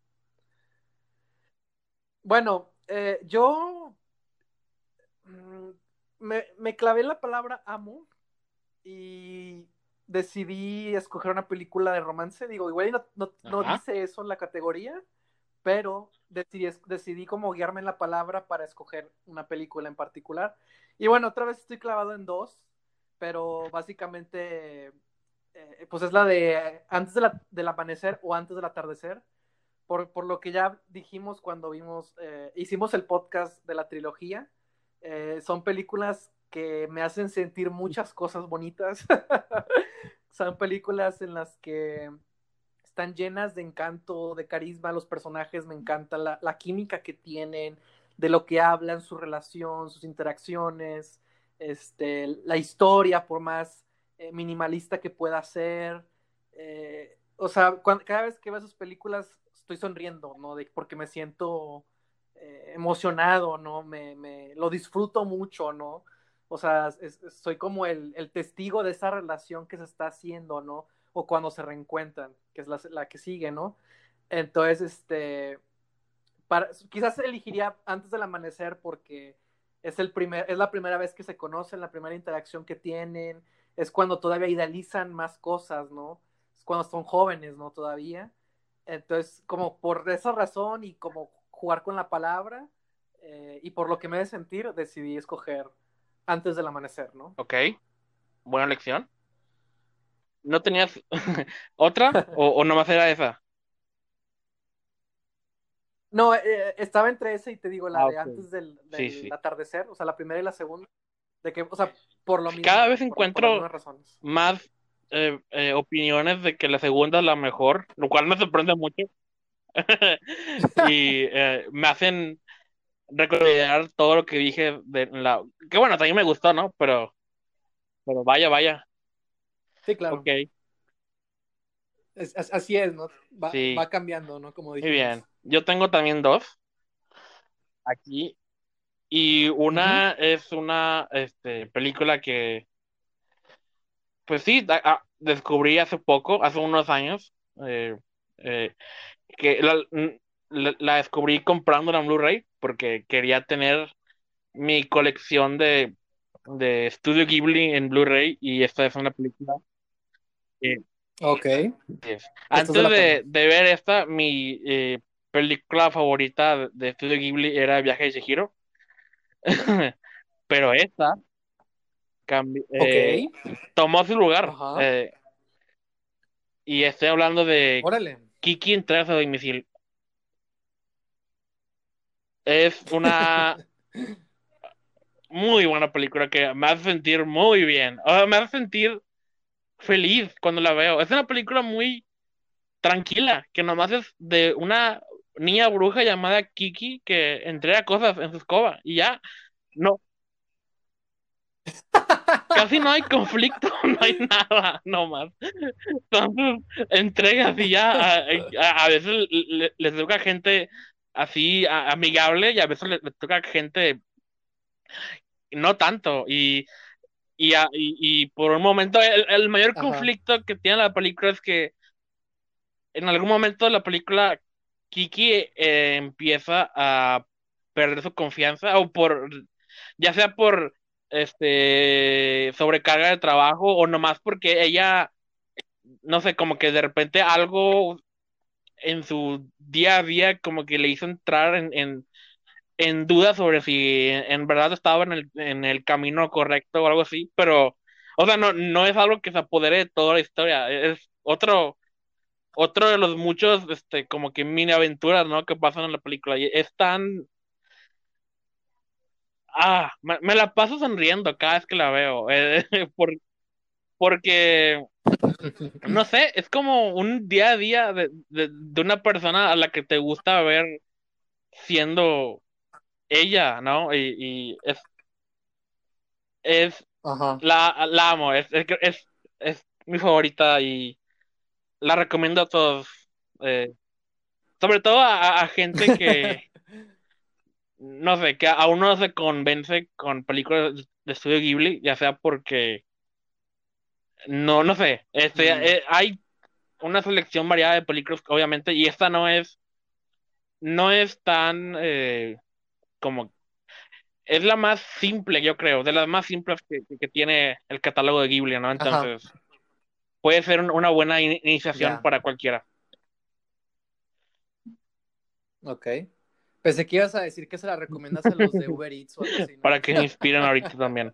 Bueno, eh, yo mm, me, me clavé en la palabra amo y decidí escoger una película de romance. Digo, igual y no, no, no Ajá. dice eso en la categoría, pero decidí, decidí como guiarme en la palabra para escoger una película en particular. Y bueno, otra vez estoy clavado en dos, pero básicamente, eh, pues es la de antes de la, del amanecer o antes del atardecer. Por, por lo que ya dijimos cuando vimos, eh, hicimos el podcast de la trilogía, eh, son películas que me hacen sentir muchas cosas bonitas. Son películas en las que están llenas de encanto, de carisma, los personajes me encanta la, la química que tienen, de lo que hablan, su relación, sus interacciones, este, la historia, por más eh, minimalista que pueda ser. eh, o sea, cuando, cada vez que veo sus películas estoy sonriendo, ¿no? De, porque me siento eh, emocionado, ¿no? Me, me, lo disfruto mucho, ¿no? O sea, es, es, soy como el, el, testigo de esa relación que se está haciendo, ¿no? O cuando se reencuentran, que es la, la que sigue, ¿no? Entonces, este, para, quizás elegiría Antes del Amanecer porque es, el primer, es la primera vez que se conocen, la primera interacción que tienen, es cuando todavía idealizan más cosas, ¿no? Es cuando son jóvenes, ¿no? Todavía. Entonces, como por esa razón y como jugar con la palabra eh, y por lo que me de sentir, decidí escoger Antes del Amanecer, ¿no? Ok, buena elección. ¿No tenías otra o, o nomás era esa? No, eh, estaba entre esa y te digo, la Ah, de ok. Antes del, Sí, del sí. atardecer, o sea, la primera y la segunda, de que, o sea, por lo Cada mismo, vez por, por las encuentro mismas razones. más eh, eh, opiniones de que la segunda es la mejor, lo cual me sorprende mucho. Y eh, me hacen recordar todo lo que dije de la... Que bueno, también me gustó, ¿no? Pero, pero vaya, vaya. Sí, Ok, claro. Es, es- así es, ¿no? Va, sí, va cambiando, ¿no? Como muy bien. dijimos. Yo tengo también dos aquí. Y Ujú. una es una este, película que, pues sí, a- a- descubrí hace poco, hace unos años, eh, eh, que la, la, la descubrí comprando en Blu-ray porque quería tener mi colección de, de Studio Ghibli en Blu-ray y esta es una película que Ok. es. Esta se Antes la de, tengo. de ver esta, mi eh, película favorita de, de Studio Ghibli era Viaje de Chihiro, pero esta cambi- Ok. eh, tomó su lugar. Ajá. eh, y estoy hablando de Órale. Kiki entrega a domicilio. Es una muy buena película que me hace sentir muy bien. O sea, me hace sentir feliz cuando la veo. Es una película muy tranquila, que nomás es de una niña bruja llamada Kiki que entrega cosas en su escoba y ya. No, casi no hay conflicto, no hay nada, nomás. Entonces, entregas y ya. A, a- a veces le- les toca gente así a- amigable y a veces les, les toca gente no tanto. Y, y, a- y, y por un momento, el, el mayor Ajá. conflicto que tiene la película es que en algún momento de la película Kiki eh, empieza a perder su confianza o por, ya sea por este sobrecarga de trabajo o nomás porque ella, no sé, como que de repente algo en su día a día como que le hizo entrar en, en, en duda sobre si en verdad estaba en el, en el camino correcto o algo así, pero, o sea, no, no es algo que se apodere de toda la historia, es otro, otro de los muchos, este, como que mini aventuras, ¿no? Que pasan en la película y es tan, ah, me, me la paso sonriendo cada vez que la veo, eh, por, porque, no sé, es como un día a día de, de, de una persona a la que te gusta ver siendo ella, ¿no? Y, y es, es, Ajá. la, la amo, es, es, es, es mi favorita y la recomiendo a todos, eh, sobre todo a, a gente que, no sé, que aún no se convence con películas de estudio Ghibli, ya sea porque, no, no sé, este, Mm, eh, hay una selección variada de películas, obviamente, y esta no es, no es tan, eh, como, es la más simple, yo creo, de las más simples que, que tiene el catálogo de Ghibli, ¿no? ajá. Entonces puede ser un- una buena in- iniciación Ya. para cualquiera, Ok. Pensé que ibas a decir que se la recomiendas a los de Uber Eats o algo así, ¿no? para que se inspiren ahorita también.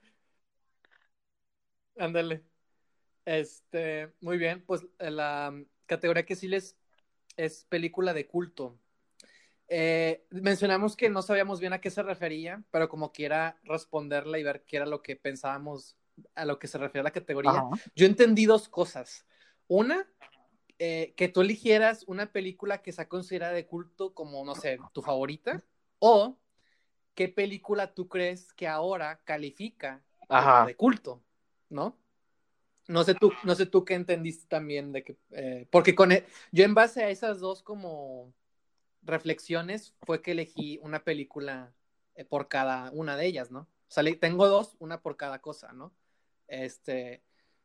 Ándale. Este, muy bien. Pues eh, la mm, categoría que sí les es película de culto. Eh, mencionamos que no sabíamos bien a qué se refería, pero como quiera responderla y ver qué era lo que pensábamos a lo que se refiere a la categoría. Ajá. Yo entendí dos cosas. Una, eh, que tú eligieras una película que sea considerada de culto como, no sé, tu favorita, o qué película tú crees que ahora califica como Ajá. de culto, ¿no? No sé tú, no sé tú qué entendiste también de que, eh, porque con e- yo en base a esas dos como reflexiones fue que elegí una película eh, por cada una de ellas, ¿no? O sea, le- tengo dos, una por cada cosa, ¿no? Este,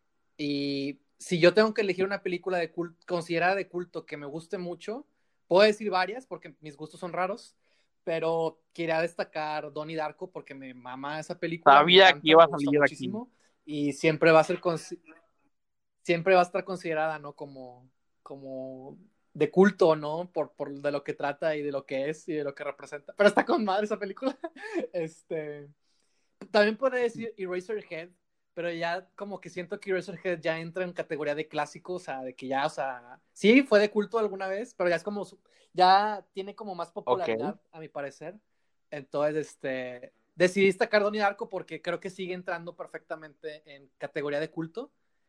y si yo tengo que elegir una película de culto, considerada de culto que me guste mucho, puedo decir varias porque mis gustos son raros, pero quería destacar Donnie Darko porque me mama esa película, me Sabía que encanta, iba me a gusta salir aquí. muchísimo y siempre va a ser siempre va a estar considerada, ¿no? Como, como de culto, ¿no? Por, por de lo que trata y de lo que es y de lo que representa. Pero está con madre esa película. Este, también podría decir Eraserhead, pero ya como que siento que Eraserhead ya entra en categoría de clásico, o sea, de que ya, o sea, sí fue de culto alguna vez, pero ya es como, ya tiene como más Ok. popularidad, a mi parecer. Entonces, este, decidí destacar Donnie Darko porque creo que sigue entrando perfectamente en categoría de culto.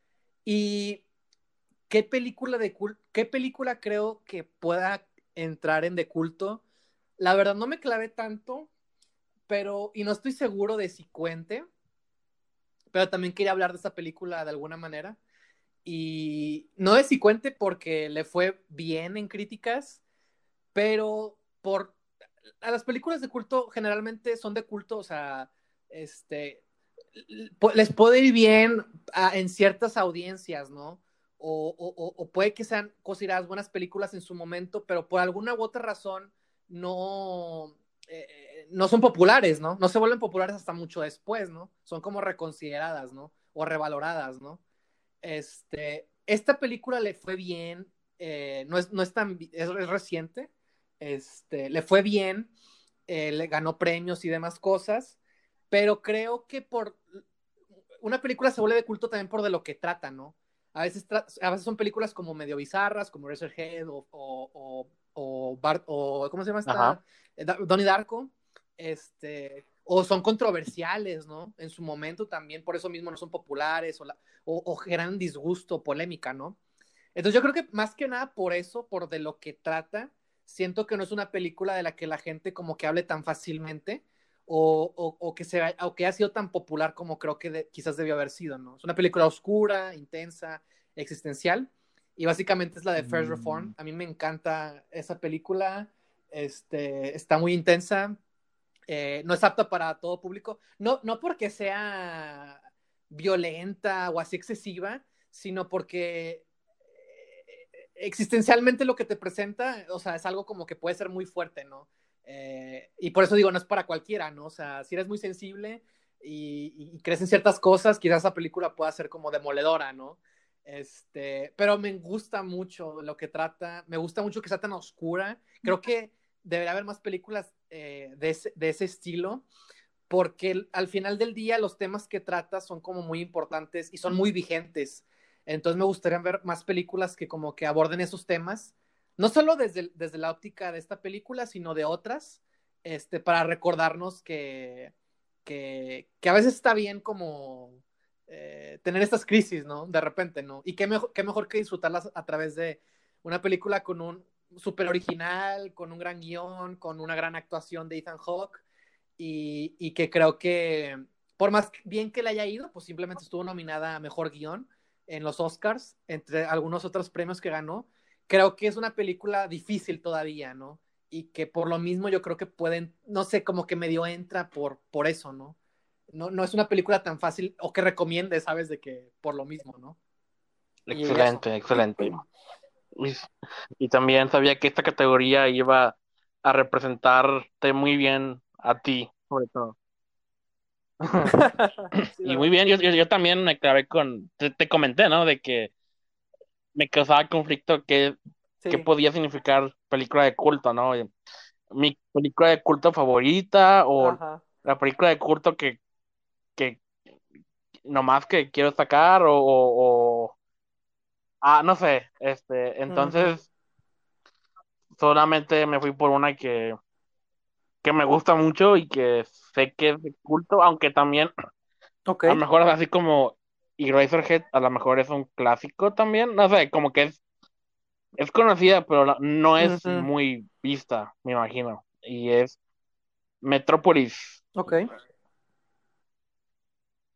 Y ¿qué película de culto, qué película creo que pueda entrar en de culto? La verdad no me clavé tanto, pero, y no estoy seguro de si cuente, pero también quería hablar de esta película de alguna manera. Y no de si cuente porque le fue bien en críticas, pero por a las películas de culto generalmente son de culto, o sea, este, les puede ir bien a, en ciertas audiencias, ¿no? O, o, o, puede que sean consideradas buenas películas en su momento, pero por alguna u otra razón no, eh, no son populares, ¿no? No se vuelven populares hasta mucho después, ¿no? Son como reconsideradas, ¿no? O revaloradas, ¿no? Este, esta película le fue bien, eh, no, es, no es tan, es, es reciente, este, le fue bien, eh, le ganó premios y demás cosas, pero creo que por una película se vuelve de culto también por de lo que trata, ¿no? A veces, tra a veces son películas como medio bizarras, como Razorhead o, o, o, o, Bart, o ¿cómo se llama Ajá. esta? Eh, Donnie Darko, este, o son controversiales, ¿no? En su momento también, por eso mismo no son populares, o, la, o, o generan disgusto, polémica, ¿no? Entonces yo creo que más que nada por eso, por de lo que trata, siento que no es una película de la que la gente como que hable tan fácilmente o, o, o que, se, o que ha sido tan popular como creo que de, quizás debió haber sido, ¿no? Es una película oscura, intensa, existencial y básicamente es la de First Reform. Mm. A mí me encanta esa película, este, está muy intensa, eh, no es apta para todo público, no, no porque sea violenta o así excesiva, sino porque existencialmente lo que te presenta, o sea, es algo como que puede ser muy fuerte, ¿no? Eh, y por eso digo, no es para cualquiera, ¿no? O sea, si eres muy sensible y, y crees en ciertas cosas, quizás esa película pueda ser como demoledora, ¿no? Este, pero me gusta mucho lo que trata, me gusta mucho que sea tan oscura. Creo que debería haber más películas eh, de, ese, de ese estilo, porque al final del día los temas que trata son como muy importantes y son muy vigentes. Entonces me gustaría ver más películas que como que aborden esos temas, no solo desde, desde la óptica de esta película, sino de otras, este, para recordarnos que, que, que a veces está bien como eh, tener estas crisis, ¿no? De repente, ¿no? Y qué mejor, qué mejor que disfrutarlas a través de una película con un súper original, con un gran guión, con una gran actuación de Ethan Hawke y, y que creo que por más bien que le haya ido, pues simplemente estuvo nominada a Mejor Guión en los Oscars, entre algunos otros premios que ganó. Creo que es una película difícil todavía, ¿no? Y que por lo mismo yo creo que pueden, no sé, como que medio entra por, por eso, ¿no? No, no es una película tan fácil o que recomiende, ¿sabes? De que por lo mismo, ¿no? Y eso. Excelente, excelente. Y, y también sabía que esta categoría iba a representarte muy bien a ti, sobre todo. Sí, Y muy ¿verdad? bien, yo, yo, yo también me clavé con, te, te comenté, ¿no? De que me causaba conflicto qué, qué Sí. podía significar película de culto, ¿no? Y mi película de culto favorita o Ajá. la película de culto que, que nomás que quiero sacar o, o, o- ah, no sé, este, Ujú. entonces solamente me fui por una que, que me gusta mucho y que sé que es de culto, aunque también Ok. a lo mejor así como Eraserhead a lo mejor es un clásico también, no sé, como que es, es conocida, pero la- no es Ujú. muy vista, me imagino, y es Metrópolis. Ok.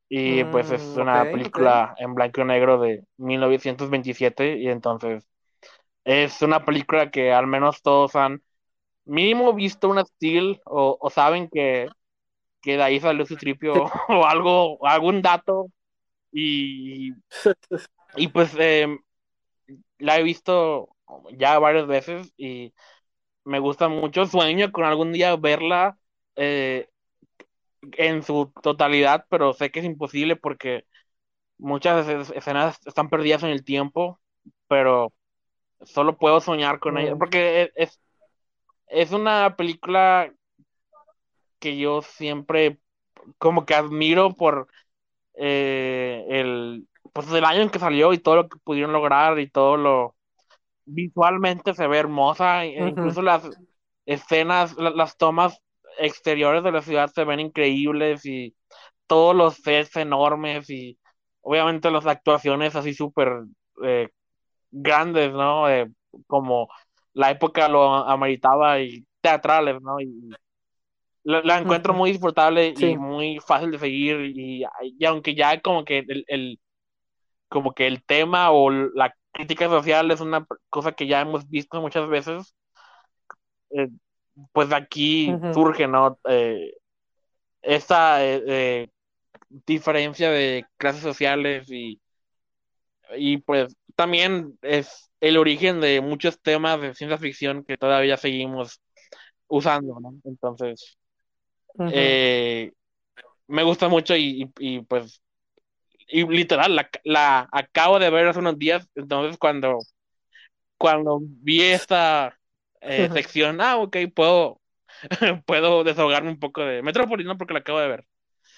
y pues es Mm, ok, una ok. película en blanco y negro de mil novecientos veintisiete y entonces es una película que al menos todos han mínimo visto una still o, o saben que, que de ahí salió su Sí. tripio o algo, algún dato y, y pues eh, la he visto ya varias veces y me gusta mucho, sueño con algún día verla eh, en su totalidad, pero sé que es imposible porque muchas es- escenas están perdidas en el tiempo, pero solo puedo soñar con ella, Mm, porque es, es es una película que yo siempre como que admiro por eh, el, pues el año en que salió y todo lo que pudieron lograr y todo lo visualmente se ve hermosa, e ujú, incluso las escenas, la- las tomas exteriores de la ciudad se ven increíbles y todos los sets enormes y obviamente las actuaciones así súper eh, grandes, ¿no? Eh, como la época lo ameritaba y teatrales, ¿no? Y la, la encuentro ujú. muy disfrutable y Sí. muy fácil de seguir y, y aunque ya como que el, el- como que el tema o la crítica social es una cosa que ya hemos visto muchas veces, eh, pues aquí Ujú, surge, ¿no? Eh, esta eh, eh, diferencia de clases sociales y, y pues también es el origen de muchos temas de ciencia ficción que todavía seguimos usando, ¿no? Entonces, ujú. eh, me gusta mucho y, y, y, pues y literal, la, la acabo de ver hace unos días, entonces cuando, cuando vi esta eh, sección, ah, ok, puedo, puedo desahogarme un poco de Metropolis, ¿no? Porque la acabo de ver.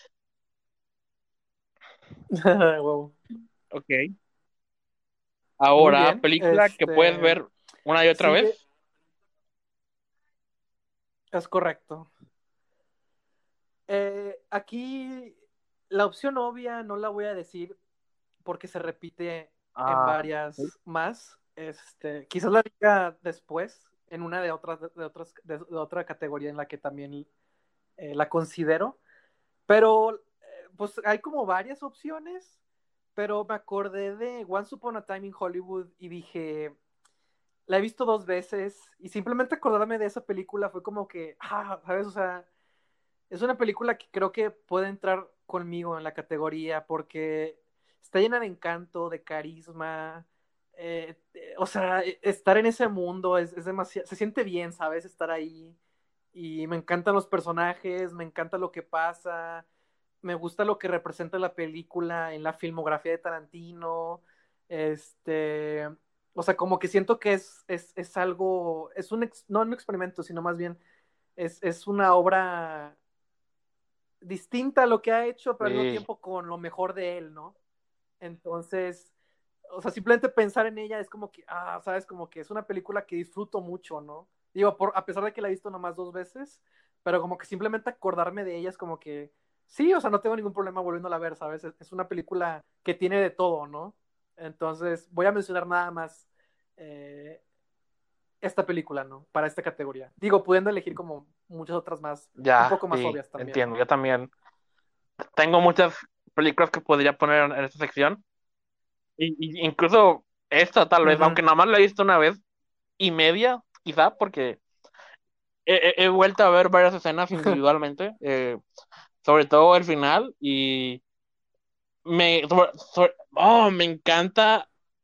Wow. Ok. Muy Ahora, bien. película que puedes Este, ver una y otra sí, eh, vez. es correcto. Eh, aquí la opción obvia no la voy a decir porque se repite en Ah, ok. varias más. Este, quizás la diga después en una de otras de otras de, de otra categoría en la que también eh, la considero, pero eh, pues hay como varias opciones, pero me acordé de Once Upon a Time in Hollywood y dije, la he visto dos veces y simplemente acordarme de esa película fue como que, ah, ¿sabes? O sea, es una película que creo que puede entrar conmigo en la categoría porque está llena de encanto, de carisma. Eh, eh, o sea, e- estar en ese mundo es, es demasiado. Se siente bien, ¿sabes? Estar ahí. Y me encantan los personajes, me encanta lo que pasa, me gusta lo que representa la película en la filmografía de Tarantino. Este. O sea, como que siento que es, es, es algo. Es un. Ex- no un experimento, sino más bien. Es, es una obra distinta a lo que ha hecho, pero al mismo Sí, tiempo con lo mejor de él, ¿no? Entonces, o sea, simplemente pensar en ella es como que, ah, sabes, como que es una película que disfruto mucho, ¿no? Digo, por, a pesar de que la he visto nomás dos veces, pero como que simplemente acordarme de ella es como que, sí, o sea, no tengo ningún problema volviéndola a ver, ¿sabes? Es, es una película que tiene de todo, ¿no? Entonces, voy a mencionar nada más eh, esta película, ¿no? Para esta categoría. Digo, pudiendo elegir como muchas otras más, un ya, poco más sí, obvias también, entiendo. ¿no? Yo también tengo muchas películas que podría poner en, en esta sección. Y, y incluso esta tal vez, Ujú. aunque nada más la he visto una vez y media, quizá, porque he, he- he vuelto a ver varias escenas individualmente, eh, sobre todo el final, y me, sobre- sobre- oh, me encanta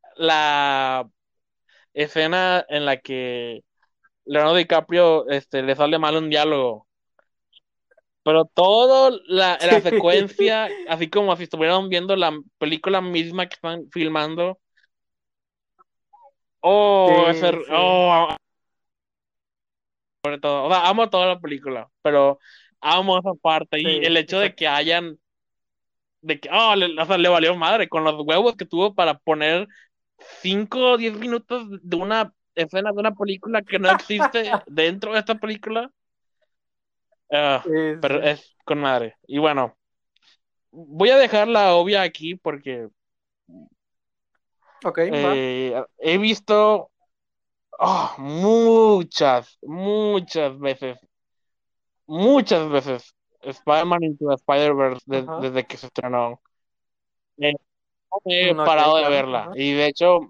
la escena en la que Leonardo DiCaprio este, le sale mal un diálogo, pero toda la, la Sí, secuencia, así como si estuvieran viendo la película misma que están filmando, oh, ese, sí, sí, oh, sobre todo, o sea, amo toda la película, pero amo esa parte y sí, el hecho de que exacto. hayan de que, oh, le, o sea, le valió madre con los huevos que tuvo para poner cinco o diez minutos de una escena de una película que no existe dentro de esta película. Ah, Sí, pero sí. es con madre. Y bueno, voy a dejar la obvia aquí porque Ok, va. eh, he visto oh, muchas, muchas veces, muchas veces Spider-Man Into the Spider-Verse de- Ajá. desde que se estrenó. Eh, no me he Mm, ok, parado de claro. verla. Ajá. Y de hecho,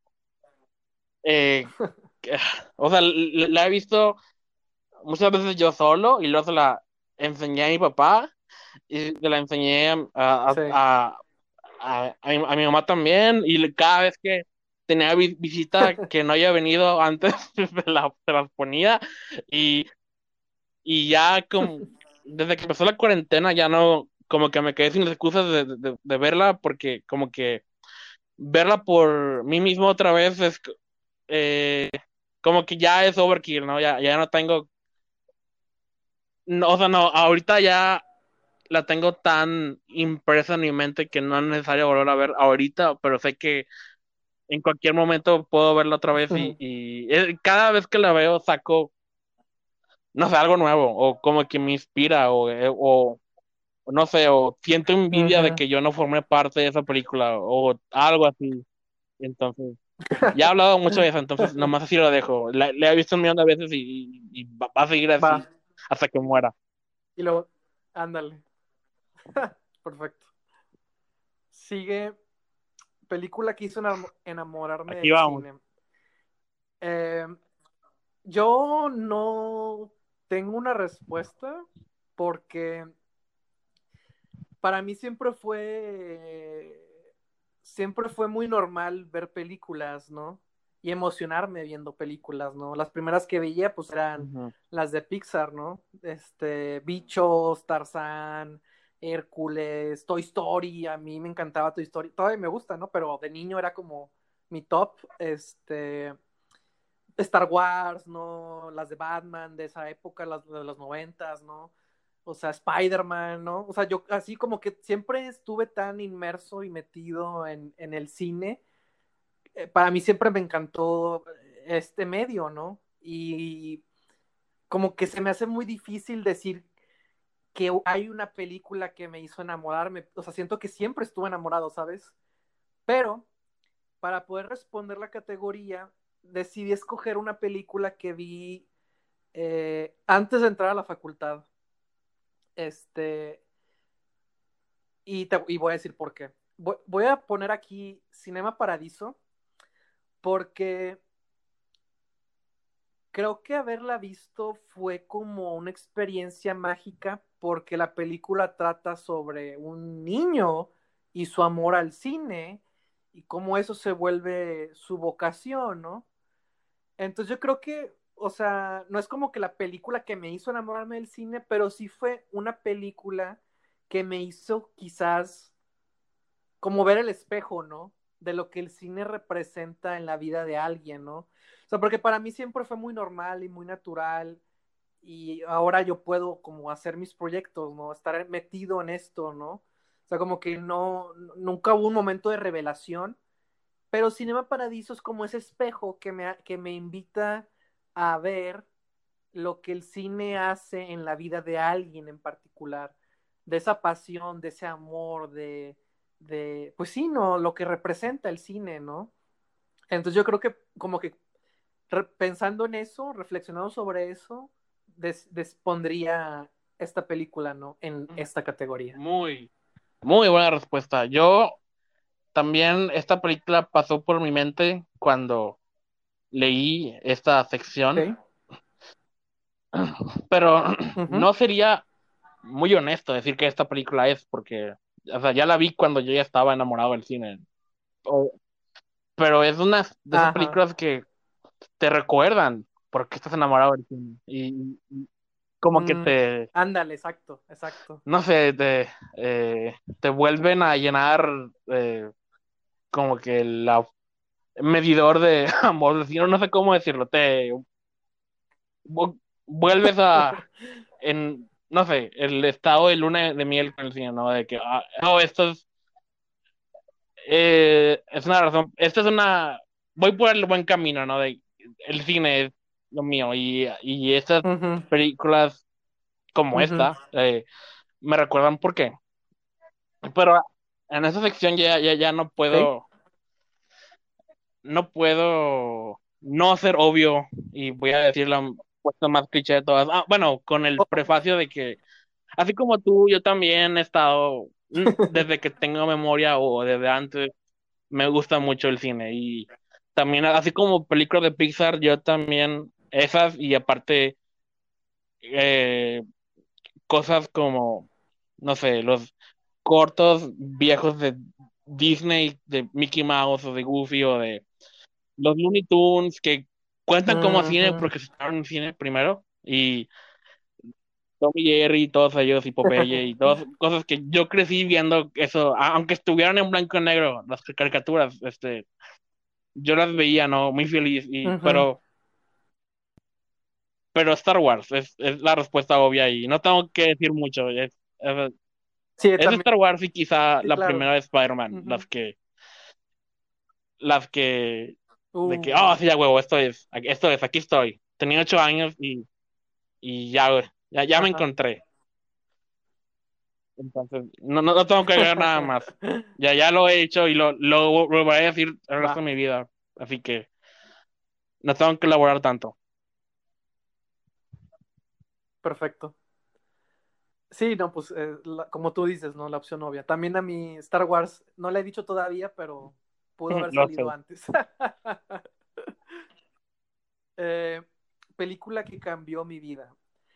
eh, o sea, l- la he visto muchas veces yo solo y luego se la enseñé a mi papá y se la enseñé a, a, Sí. a, a- a mi, a mi mamá también y cada vez que tenía vi- visita que no haya venido antes se la, se las ponía y, y ya como desde que empezó la cuarentena ya no, como que me quedé sin excusas de, de, de verla porque como que verla por mí mismo otra vez es eh, como que ya es overkill, ¿no? Ya, ya no tengo, no, o sea, no, ahorita ya la tengo tan impresa en mi mente que no es necesario volver a ver ahorita, pero sé que en cualquier momento puedo verla otra vez y, y eh, cada vez que la veo saco, no sé, algo nuevo, o como que me inspira, o, eh, o o no sé, o siento envidia de Ujú. que yo no formé parte de esa película, o algo así. Entonces, ya he hablado mucho de eso, entonces nomás así lo dejo. La, la he visto un millón de veces y, y- y va, va a seguir Va. así hasta que muera. Y luego, ándale. Perfecto. Sigue película que hizo enam- enamorarme Aquí del vamos. cine. Eh, yo no tengo una respuesta porque para mí siempre fue siempre fue muy normal ver películas, ¿no? Y emocionarme viendo películas, ¿no? Las primeras que veía pues eran Ujú. las de Pixar, ¿no? Este, Bichos, Tarzán, Hércules, Toy Story, a mí me encantaba Toy Story, todavía me gusta, ¿no? Pero de niño era como mi top, este, Star Wars, ¿no? Las de Batman de esa época, las de los noventas, ¿no? O sea, Spider-Man, ¿no? O sea, yo así como que siempre estuve tan inmerso y metido en, en el cine. Eh, para mí siempre me encantó este medio, ¿no? Y como que se me hace muy difícil decir que hay una película que me hizo enamorarme. O sea, siento que siempre estuve enamorado, ¿sabes? Pero para poder responder la categoría, decidí escoger una película que vi eh, antes de entrar a la facultad. Este, y, te, y voy a decir por qué. Voy, voy a poner aquí Cinema Paradiso porque creo que haberla visto fue como una experiencia mágica porque la película trata sobre un niño y su amor al cine y cómo eso se vuelve su vocación, ¿no? Entonces yo creo que, o sea, no es como que la película que me hizo enamorarme del cine, pero sí fue una película que me hizo quizás como ver el espejo, ¿no? De lo que el cine representa en la vida de alguien, ¿no? O sea, porque para mí siempre fue muy normal y muy natural y ahora yo puedo como hacer mis proyectos, ¿no? Estar metido en esto, ¿no? O sea, como que no, nunca hubo un momento de revelación, pero Cinema Paradiso es como ese espejo que me, que me invita a ver lo que el cine hace en la vida de alguien en particular, de esa pasión, de ese amor, de, de pues sí, ¿no? Lo que representa el cine, ¿no? Entonces yo creo que como que re- pensando en eso, reflexionando sobre eso, des, des pondría esta película, ¿no? En esta categoría. Muy, muy buena respuesta. Yo también, esta película pasó por mi mente cuando leí esta sección, Ok. pero Ujú. no sería muy honesto decir que esta película es, porque, o sea, ya la vi cuando yo ya estaba enamorado del cine. O- pero es una de esas Ajá. películas que te recuerdan por qué estás enamorado del cine. Y, y como que Mm, te, ándale, exacto, exacto. no sé, te, eh, te vuelven a llenar eh, como que la medidor de amor del cine, no sé cómo decirlo, te vu- vuelves a, en, no sé, el estado de luna de miel con el cine, ¿no? De que, ah, oh, esto es eh, es una razón, esta es una, voy por el buen camino, ¿no? De, el cine es lo mío y, y estas Ujú, películas como ujú. esta eh, me recuerdan por qué. Pero en esa sección ya, ya, ya no Ok. puedo, no puedo no ser obvio y voy a decir la puesta más cliché de todas. Ah, bueno, con el Oh, prefacio de que así como tú, yo también he estado, mm, desde que tengo memoria o desde antes, me gusta mucho el cine. Y también, así como películas de Pixar, yo también, esas y aparte, eh, cosas como, no sé, los cortos viejos de Disney, de Mickey Mouse o de Goofy o de los Looney Tunes que cuentan como cine Ujú. porque se estaban en cine primero. Y Tom y Jerry y todos ellos, y Popeye y todas cosas que yo crecí viendo eso, a- aunque estuvieran en blanco y negro, las caricaturas, este, yo las veía, ¿no? Muy feliz, y, Ujú. pero, pero Star Wars es, es la respuesta obvia y no tengo que decir mucho. Es, es, Sí, es también, Star Wars y quizá sí, la claro. primera de Spider-Man, las Ujú. que, las que, de que, oh, Uh, sí, ya huevo, esto es, esto es, aquí estoy. Tenía ocho años y, y ya, güey, ya, ya me ajá. encontré. Entonces, no, no, no tengo que agregar nada más. Ya, ya lo he hecho y lo, lo, lo voy a decir el resto Va, de mi vida. Así que no tengo que elaborar tanto. perfecto. Sí, no, pues eh, la- como tú dices, ¿no? La opción obvia. También a mí Star Wars, no le he dicho todavía, pero pudo haber Lo salido sé. antes. Eh, película que cambió mi vida.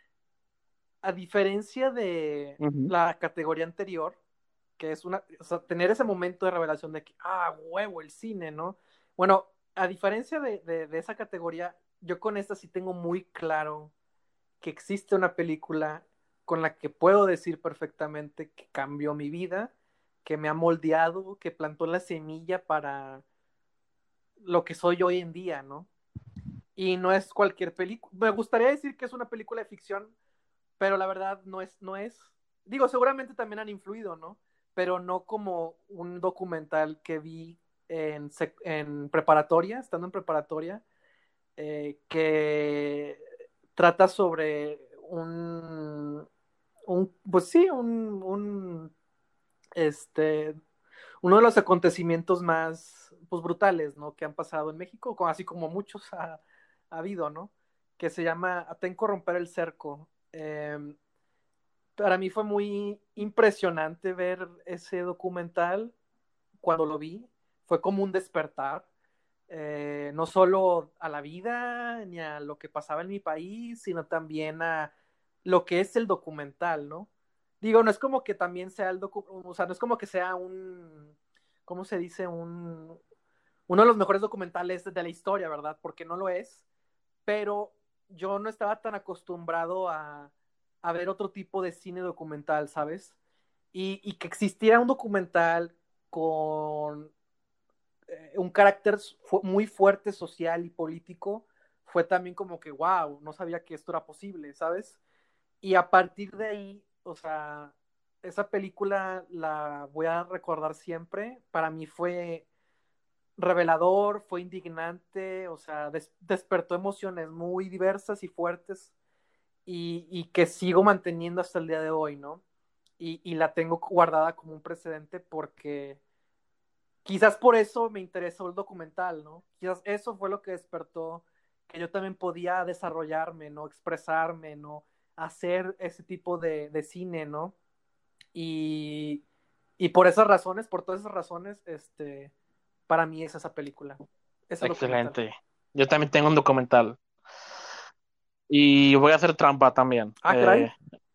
A diferencia de Ujú. la categoría anterior, que es una, o sea, tener ese momento de revelación de que, ah, huevo, el cine, ¿no? Bueno, a diferencia de, de, de esa categoría, yo con esta sí tengo muy claro que existe una película con la que puedo decir perfectamente que cambió mi vida, que me ha moldeado, que plantó la semilla para lo que soy hoy en día, ¿no? Y no es cualquier película. Me gustaría decir que es una película de ficción, pero la verdad no es, no es. Digo, seguramente también han influido, ¿no? Pero no como un documental que vi en, sec- en preparatoria, estando en preparatoria, eh, que trata sobre un, un pues sí, un, un, este, uno de los acontecimientos más, pues, brutales, ¿no? Que han pasado en México, como- así como muchos ha, ha habido, ¿no? Que se llama Atenco romper el cerco. Eh, para mí fue muy impresionante ver ese documental cuando lo vi. Fue como un despertar, eh, no solo a la vida ni a lo que pasaba en mi país, sino también a lo que es el documental, ¿no? Digo, no es como que también sea el documental, o sea, no es como que sea un, ¿cómo se dice? Un, uno de los mejores documentales de la historia, ¿verdad? Porque no lo es, pero yo no estaba tan acostumbrado a, a ver otro tipo de cine documental, ¿sabes? Y, y que existiera un documental con eh, un carácter fu muy fuerte social y político, fue también como que, wow, no sabía que esto era posible, ¿sabes? Y a partir de ahí, o sea, esa película la voy a recordar siempre. Para mí fue revelador, fue indignante, o sea, des despertó emociones muy diversas y fuertes y, y, que sigo manteniendo hasta el día de hoy, ¿no? Y, y la tengo guardada como un precedente porque quizás por eso me interesó el documental, ¿no? Quizás eso fue lo que despertó que yo también podía desarrollarme, ¿no? Expresarme, ¿no? Hacer ese tipo de, de cine, ¿no? Y, y por esas razones, por todas esas razones, este, para mí es esa película, ese documental. Excelente. Yo también tengo un documental. Y voy a hacer trampa también. Ah, caray. eh,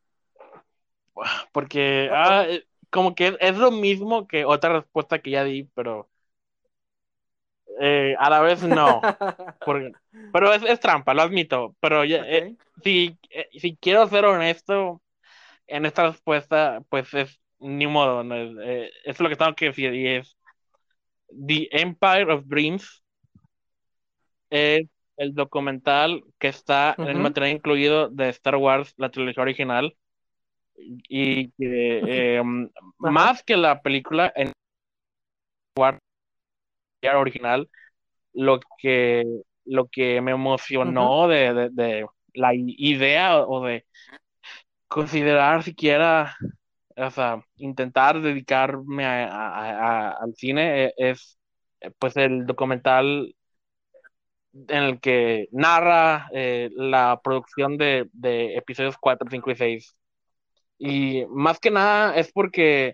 porque Uh ah, -oh. eh, como que es, es lo mismo que otra respuesta que ya di, pero eh, a la vez no. Porque, pero es, es trampa, lo admito. Pero ya, Ok. eh, si, eh, si quiero ser honesto en esta respuesta, pues es ni modo. ¿No? Es, eh, es lo que tengo que decir. Y es The Empire of Dreams. Es el documental que está Uh en el -huh. material incluido de Star Wars, la trilogía original. Y que eh, Ajá. más que la película en Star Wars original, lo que, lo que me Uh -huh. emocionó de, de, de la i- idea o de considerar siquiera, o sea, intentar dedicarme a- a- a- al cine eh, es eh, pues el documental en el que narra eh, la producción de, de episodios cuatro cinco y seis. Y más que nada es porque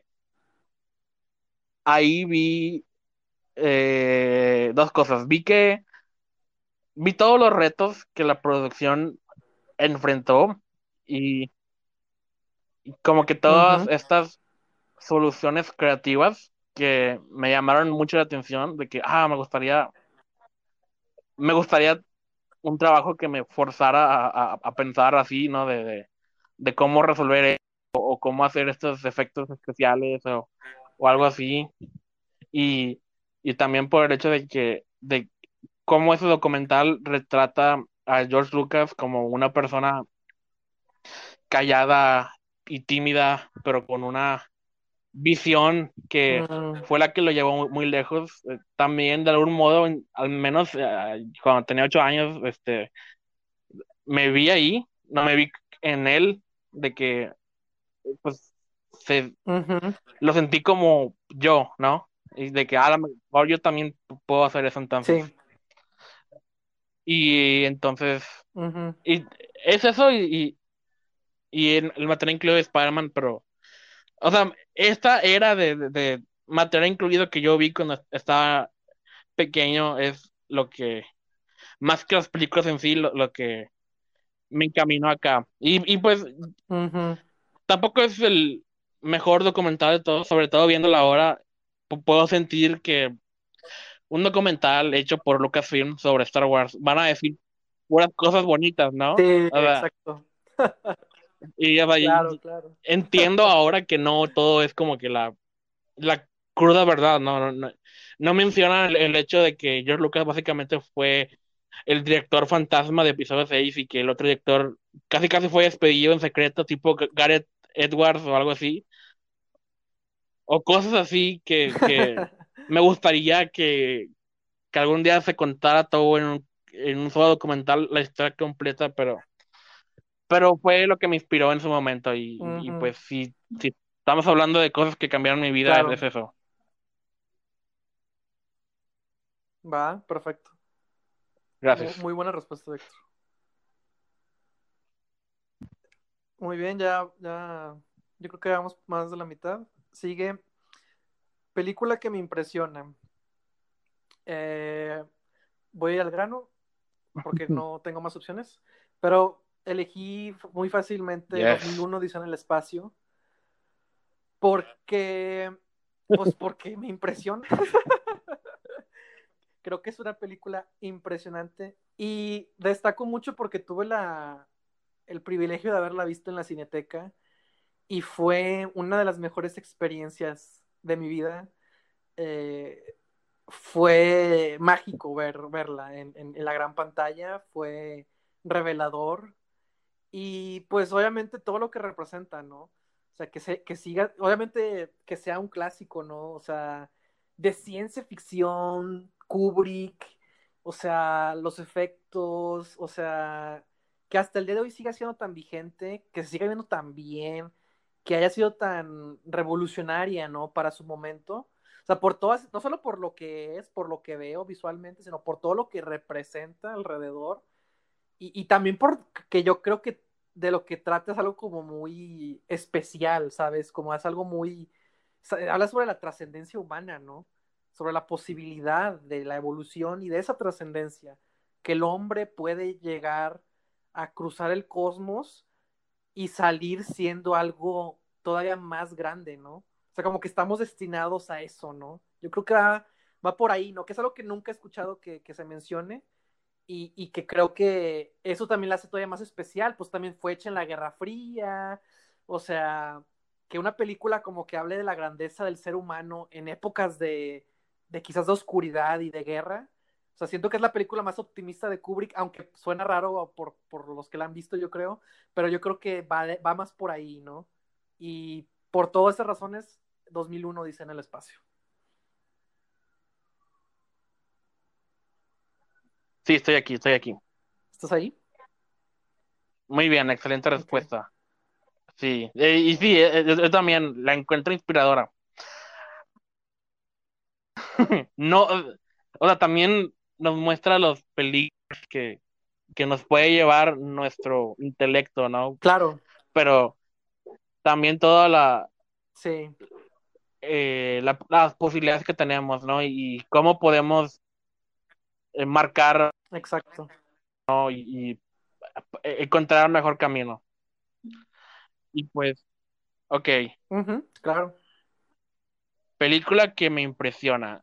ahí vi eh, dos cosas. Vi que vi todos los retos que la producción enfrentó y, y como que todas Ujú, estas soluciones creativas que me llamaron mucho la atención de que, ah, me gustaría, me gustaría un trabajo que me forzara a, a- a pensar así, ¿no? De, de, de cómo resolver esto o cómo hacer estos efectos especiales o, o algo así. Y, y también por el hecho de que, de cómo ese documental retrata a George Lucas como una persona callada y tímida, pero con una visión que mm, fue la que lo llevó muy, muy lejos. Eh, también, de algún modo, en- al menos eh, cuando tenía ocho años, este, me vi ahí, no me vi en él, de que, pues, se, ujú, lo sentí como yo, ¿no? Y de que a lo mejor yo también puedo hacer eso entonces. sí, Y entonces, ujú, y es eso, y, y, y el, el material incluido de Spider-Man, pero, o sea, esta era de, de, de material incluido que yo vi cuando estaba pequeño es lo que, más que las películas en sí, lo, lo que me encaminó acá. Y, y pues ujú, tampoco es el mejor documental de todos, sobre todo viéndolo ahora, pu- puedo sentir que un documental hecho por Lucasfilm sobre Star Wars van a decir puras cosas bonitas, ¿no? sí, O sea, exacto. y, o sea, Claro, y- claro. entiendo ahora que no todo es como que la, la cruda verdad, no, no, no, no mencionan el, el hecho de que George Lucas básicamente fue el director fantasma de episodio seis y que el otro director casi casi fue despedido en secreto, tipo G- Gareth Edwards o algo así, o cosas así que, que me gustaría que, que algún día se contara todo en un, en un solo documental, la historia completa, pero, pero fue lo que me inspiró en su momento y, y Ujú, pues si, si estamos hablando de cosas que cambiaron mi vida, es, claro, es eso. va, perfecto. Mu- Gracias. Muy buena respuesta, Víctor. Muy bien, ya, ya, yo creo que vamos más de la mitad. Sigue, película que me impresiona. Eh, voy al grano porque no tengo más opciones, pero elegí f- muy fácilmente Yes. dos mil uno Dice en el espacio porque, pues porque me impresiona. Creo que es una película impresionante y destaco mucho porque tuve la, el privilegio de haberla visto en la Cineteca y fue una de las mejores experiencias de mi vida. Eh, fue mágico ver, verla en, en, en, la gran pantalla, fue revelador y pues obviamente todo lo que representa, ¿no? O sea, que, se, que siga, obviamente que sea un clásico, ¿no? O sea, de ciencia ficción, Kubrick, o sea, los efectos, o sea, que hasta el día de hoy siga siendo tan vigente, que se siga viendo tan bien, que haya sido tan revolucionaria, ¿no? Para su momento. O sea, por todas, no solo por lo que es, por lo que veo visualmente, sino por todo lo que representa alrededor. Y, y también porque yo creo que de lo que trata es algo como muy especial, ¿sabes? Como es algo muy... Habla sobre la trascendencia humana, ¿no? Sobre la posibilidad de la evolución y de esa trascendencia, que el hombre puede llegar a cruzar el cosmos y salir siendo algo todavía más grande, ¿no? O sea, como que estamos destinados a eso, ¿no? Yo creo que va, va por ahí, ¿no? Que es algo que nunca he escuchado que, que se mencione y, y, que creo que eso también la hace todavía más especial, pues también fue hecha en la Guerra Fría, o sea, que una película como que hable de la grandeza del ser humano en épocas de, de quizás de oscuridad y de guerra, o sea, siento que es la película más optimista de Kubrick, aunque suena raro por, por los que la han visto, yo creo, pero yo creo que va, va más por ahí, ¿no? Y por todas esas razones, dos mil uno dice en el espacio. Sí, estoy aquí, estoy aquí. ¿Estás ahí? Muy bien, excelente Ok. respuesta. Sí, eh, y sí, eh, yo, yo también la encuentro inspiradora. No, eh, o sea, también nos muestra los peligros que, que nos puede llevar nuestro intelecto, ¿no? Claro. Pero también toda la, Sí, eh, la- las posibilidades que tenemos, ¿no? Y, y cómo podemos eh, marcar, exacto. ¿no? Y, y, eh, encontrar un mejor camino. Y pues, ok, Ujú, claro, película que me impresiona.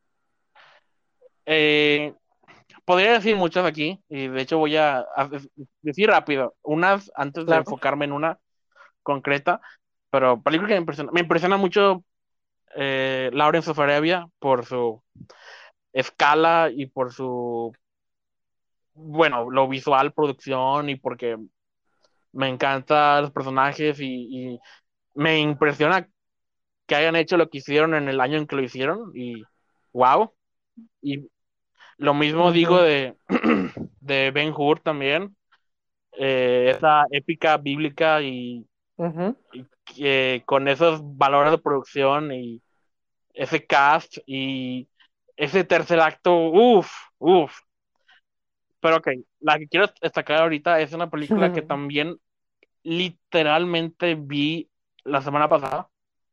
Eh, Podría decir muchas aquí, y de hecho voy a, a decir rápido, unas antes de claro. enfocarme en una concreta, pero película que me impresiona, me impresiona mucho eh, Lawrence of Arabia por su escala y por su, bueno, lo visual, producción y porque me encantan los personajes y, y me impresiona que hayan hecho lo que hicieron en el año en que lo hicieron y wow. Y lo mismo digo Ujú, de, de Ben-Hur también, eh, esa épica bíblica y, ujú. y que con esos valores de producción y ese cast y ese tercer acto, uff, uff. Pero ok, la que quiero destacar ahorita es una película que también literalmente vi la semana pasada,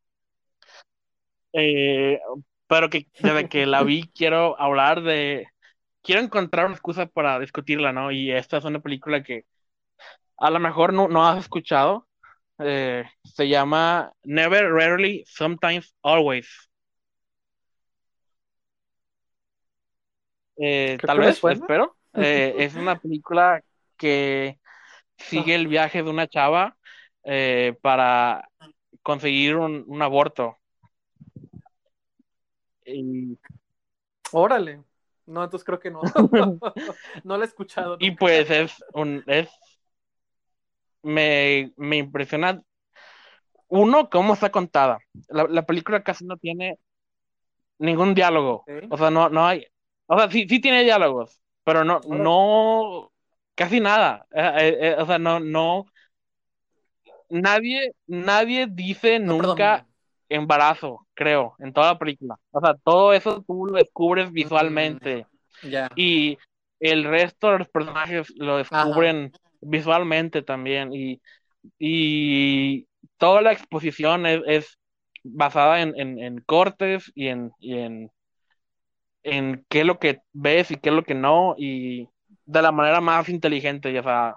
eh, pero que desde que la vi quiero hablar de, quiero encontrar una excusa para discutirla, ¿no? Y esta es una película que a lo mejor no, no has escuchado, eh, se llama Never, Rarely, Sometimes, Always. Eh, Creo tal que me vez, suena. espero. Eh, es una película que sigue Ah, el viaje de una chava eh, para conseguir un, un aborto. Y, órale. No, entonces creo que no. No la he escuchado y nunca. pues es un, es, me, me impresiona, uno, cómo está contada. La, la película casi no tiene ningún diálogo. Ok, O sea, no, no hay, o sea, sí, sí tiene diálogos, pero no, órale. no, casi nada. Eh, eh, eh, o sea, no, no, nadie, nadie dice No nunca predomina. embarazo, creo, en toda la película. O sea, todo eso tú lo descubres Mm, visualmente ya. y el resto de los personajes lo Ajá. descubren visualmente también y, y toda la exposición es, es basada en, en, en cortes y en, y en, en qué es lo que ves y qué es lo que no y de la manera más inteligente, y, o sea,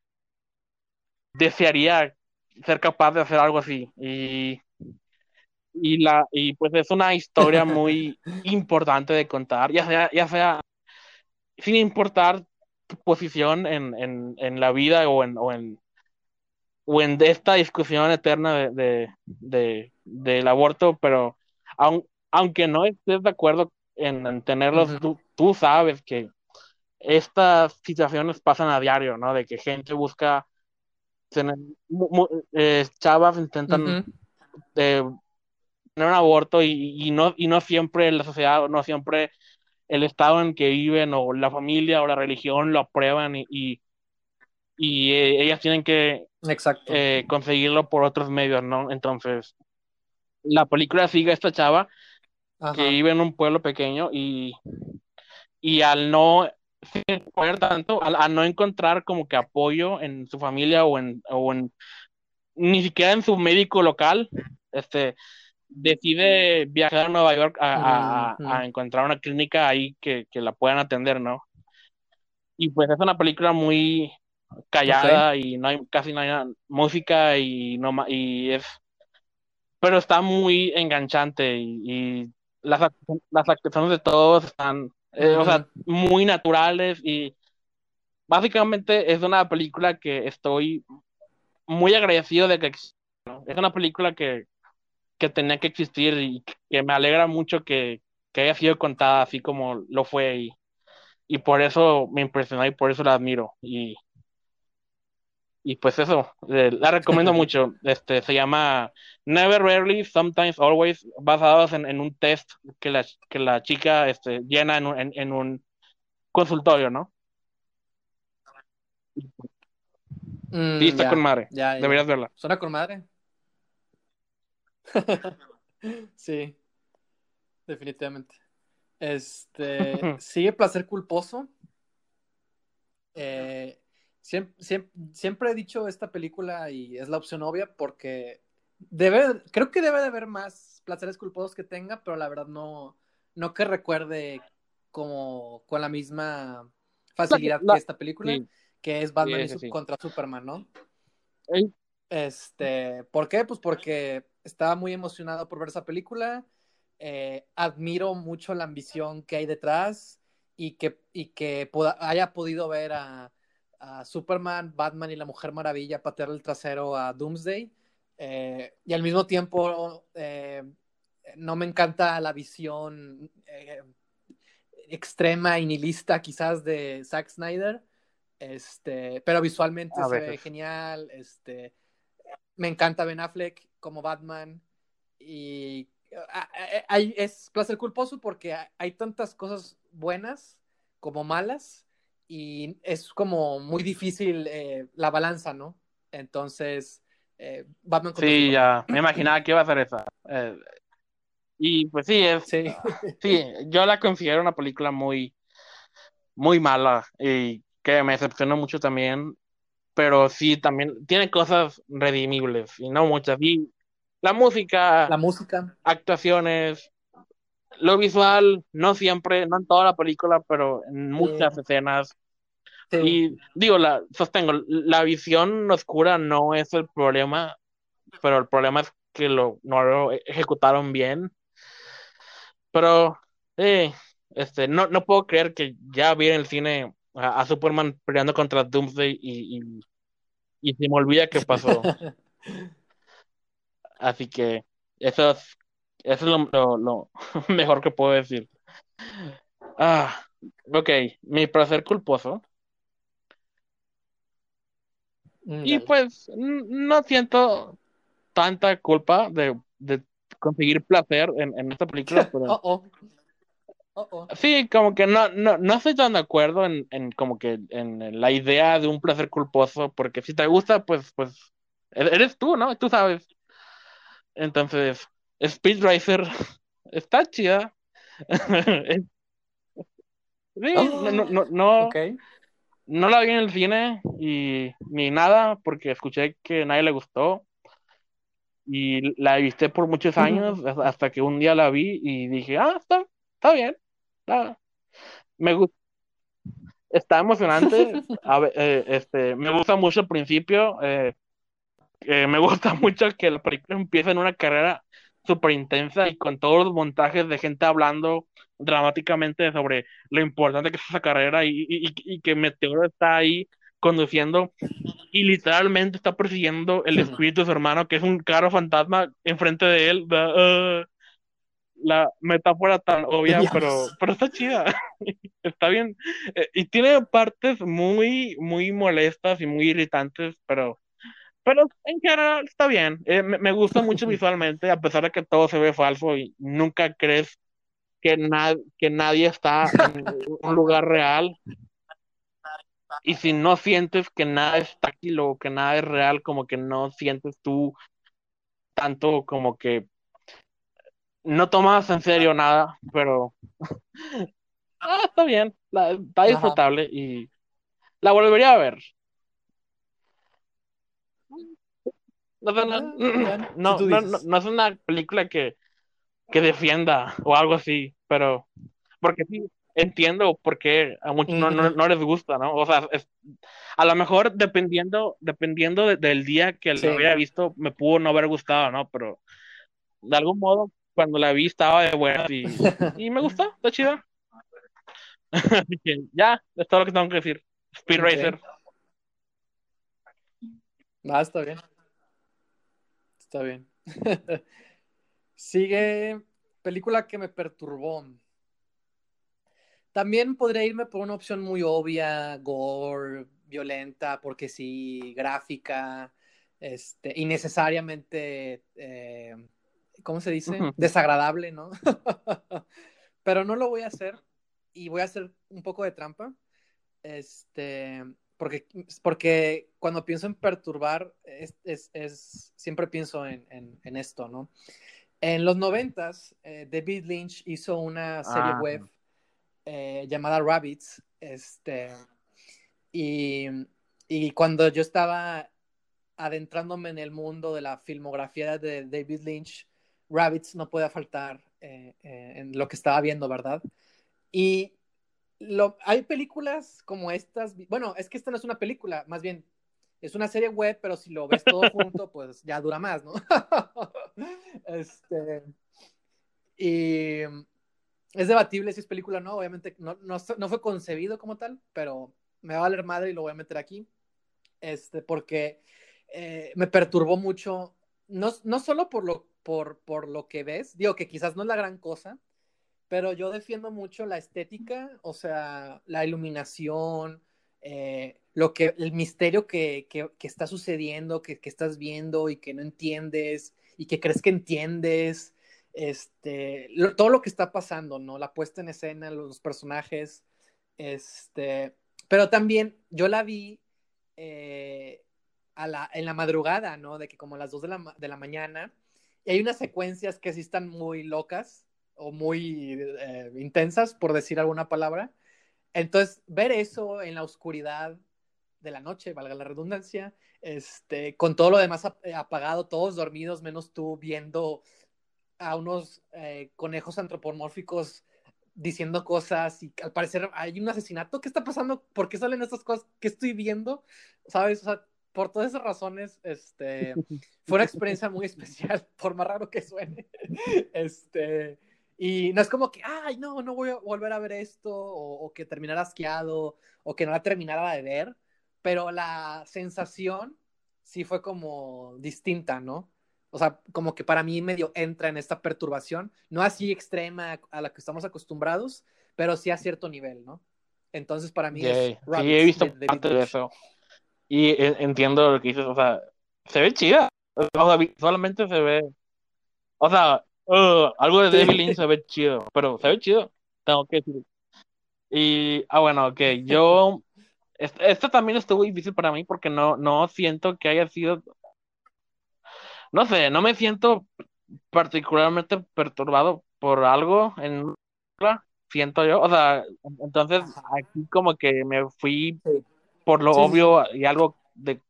desearía ser capaz de hacer algo así y y la y pues es una historia muy importante de contar, ya sea ya sea sin importar tu posición en, en, en la vida o en, o en o en esta discusión eterna de, de, de- del aborto, pero aun- aunque no estés de acuerdo en, en tenerlos, Ujú, tú, tú sabes que estas situaciones pasan a diario, ¿no? De que gente busca tener, mu- mu- eh, chavas intentan ujú. eh, tener un aborto y, y no, y no siempre la sociedad, no siempre el estado en que viven o la familia o la religión lo aprueban y, y, y, eh, ellas tienen que Exacto. eh, conseguirlo por otros medios, ¿no? Entonces, la película sigue a esta chava que Ajá. vive en un pueblo pequeño y, y al no poder tanto, al, al no encontrar como que apoyo en su familia o en, o en ni siquiera en su médico local, este, decide viajar a Nueva York a, a, a- Ujú. a encontrar una clínica ahí que, que la puedan atender, ¿no? Y pues es una película muy Ok. callada y no hay casi no hay na- música y no ma- y es pero está muy enganchante y, y las act- las actuaciones de todos están eh, o Ujú. sea muy naturales y básicamente es una película que estoy muy agradecido de que exista, ¿no? Es una película que que tenía que existir y que me alegra mucho que, que haya sido contada así como lo fue y, y por eso me impresionó y por eso la admiro y, y pues eso, eh, la recomiendo mucho. Este se llama Never, Rarely, Sometimes, Always, basados en, en un test que la, que la chica este, llena en un, en, en un consultorio, ¿no? Sí, Mm, está con ya, madre, ya, ya. deberías verla. Suena con madre. Sí, definitivamente. Este, sigue Placer Culposo. Eh, siem- siem- siempre he dicho esta película y es la opción obvia porque Debe, creo que debe de haber más placeres culposos que tenga, pero la verdad no, no que recuerde como con la misma La, facilidad que la- esta película, sí, que es Batman sí, y sí, su, sí. contra Superman, ¿no? Eh, Este, ¿por qué? Pues porque estaba muy emocionado por ver esa película. Eh, admiro mucho la ambición que hay detrás y que, y que poda, haya podido ver a, a, Superman, Batman y la Mujer Maravilla patear el trasero a Doomsday. Eh, y al mismo tiempo, eh, no me encanta la visión eh, extrema y nihilista quizás de Zack Snyder. Este, pero visualmente a se ve veces. genial. Este, me encanta Ben Affleck como Batman y hay, es placer culposo porque hay tantas cosas buenas como malas y es como muy difícil eh, la balanza, ¿no? Entonces, eh, Batman contra Sí, Superman. ya, me imaginaba que iba a ser esa. Eh, y pues sí, es, Sí. sí, yo la considero una película muy, muy mala y que me decepcionó mucho también, pero sí, también tiene cosas redimibles y no muchas. Y la música, La música. actuaciones, lo visual, no siempre, no en toda la película, pero en Sí, muchas escenas. sí. Y digo, la, sostengo, la visión oscura no es el problema, pero el problema es que lo, no lo ejecutaron bien. Pero, eh, este, no, no puedo creer que ya vi en el cine a, a Superman peleando contra Doomsday y, y, y se me olvida qué pasó. Así que eso es, eso es lo, lo, lo mejor que puedo decir. Ah, ok, mi placer culposo. Mm, Y dale. pues n- no siento tanta culpa de, de conseguir placer en, en esta película, pero Oh, oh. Oh, oh. sí, como que no, no, no estoy tan de acuerdo en, en como que en la idea de un placer culposo, porque si te gusta, pues, pues, e- eres tú, ¿no? Tú sabes. Entonces, Speed Racer está chida. Es- Sí, no, no, Oh, no, no, ok. no la vi en el cine y ni nada, porque escuché que a nadie le gustó y la viste por muchos años hasta hasta que un día la vi y dije, ah, está, está bien. Está- me gusta. Está emocionante. A ve- eh, este, me gusta mucho el principio. Eh, eh, me gusta mucho que la película empieza en una carrera súper intensa y con todos los montajes de gente hablando dramáticamente sobre lo importante que es esa carrera y, y, y- y que Meteoro está ahí conduciendo y literalmente está persiguiendo el espíritu de su hermano, que es un carro fantasma enfrente de él. Da- ah, la metáfora tan obvia, pero, Diablos. pero está chida. Está bien. Eh, y tiene partes muy, muy molestas y muy irritantes, pero, pero en general está bien. Eh, me, me gusta mucho visualmente, a pesar de que todo se ve falso y nunca crees que, na- que nadie está en un lugar real. Y si no sientes que nada es táctil o que nada es real, como que no sientes tú tanto como que no tomas en serio nada, pero ah, está bien, la- está Ajá. disfrutable y la volvería a ver. No, no, no, Ah, bueno, si no, tú no, no dices. no es una película que, que defienda o algo así, pero porque sí, entiendo por qué a muchos no, no, Ujú. no les gusta, ¿no? O sea, es- a lo mejor dependiendo, dependiendo de- del día que lo Sí. hubiera visto, me pudo no haber gustado, ¿no? Pero de algún modo, cuando la vi estaba de buenas y, y me gustó, está chida. Así que ya, es todo lo que tengo que decir. Speed Ok. Racer. Va, está bien. Está bien. Sigue película que me perturbó. También podría irme por una opción muy obvia, gore, violenta, porque sí, gráfica, este, innecesariamente, eh, ¿cómo se dice? Desagradable, ¿no? Pero no lo voy a hacer y voy a hacer un poco de trampa, este, porque, porque cuando pienso en perturbar, es, es, es siempre pienso en, en, en, esto, ¿no? En los noventas, eh, David Lynch hizo una serie Ah, web eh, llamada Rabbits, este, y, y cuando yo estaba adentrándome en el mundo de la filmografía de David Lynch, Rabbits no puede faltar eh, eh, en lo que estaba viendo, ¿verdad? Y lo, hay películas como estas, bueno, es que esta no es una película, más bien es una serie web, pero si lo ves todo junto, pues ya dura más, ¿no? este, y es debatible si es película o no, obviamente no, no, no fue concebido como tal, pero me va a valer madre y lo voy a meter aquí, este, porque eh, me perturbó mucho, no, no solo por lo, por, por lo que ves, digo que quizás no es la gran cosa, pero yo defiendo mucho la estética, o sea, la iluminación, eh, lo que, el misterio que, que, que está sucediendo, que, que, estás viendo y que no entiendes y que crees que entiendes, este, lo, todo lo que está pasando, ¿no? La puesta en escena, los personajes, este, pero también yo la vi eh, a la, en la madrugada, ¿no? De que como a las dos de la, de la mañana, y hay unas secuencias que sí están muy locas, o muy eh, intensas, por decir alguna palabra. Entonces, ver eso en la oscuridad de la noche, valga la redundancia, este, con todo lo demás apagado, todos dormidos, menos tú viendo a unos eh, conejos antropomórficos diciendo cosas y al parecer hay un asesinato. ¿Qué está pasando? ¿Por qué salen estas cosas? ¿Qué estoy viendo? ¿Sabes? O sea, por todas esas razones, este, fue una experiencia muy especial, por más raro que suene. Este, y no es como que, ay, no, no voy a volver a ver esto, o, o que terminara asqueado, o que no la terminara de ver, pero la sensación sí fue como distinta, ¿no? O sea, como que para mí medio entra en esta perturbación, no así extrema a la que estamos acostumbrados, pero sí a cierto nivel, ¿no? Entonces para mí es Yay. Sí, he Rabbits de visto David parte de Lynch. eso. Y e- entiendo lo que dices, o sea, se ve chida. O sea, visualmente se ve. O sea, uh, algo de Sí. David Lynch se ve chido, pero se ve chido, tengo que decir. Y, ah, bueno, ok, yo. Este, este también estuvo difícil para mí porque no, no siento que haya sido. No sé, no me siento particularmente perturbado por algo en siento yo. O sea, entonces Ajá. aquí como que me fui Sí. por lo Sí, sí, sí. obvio y algo de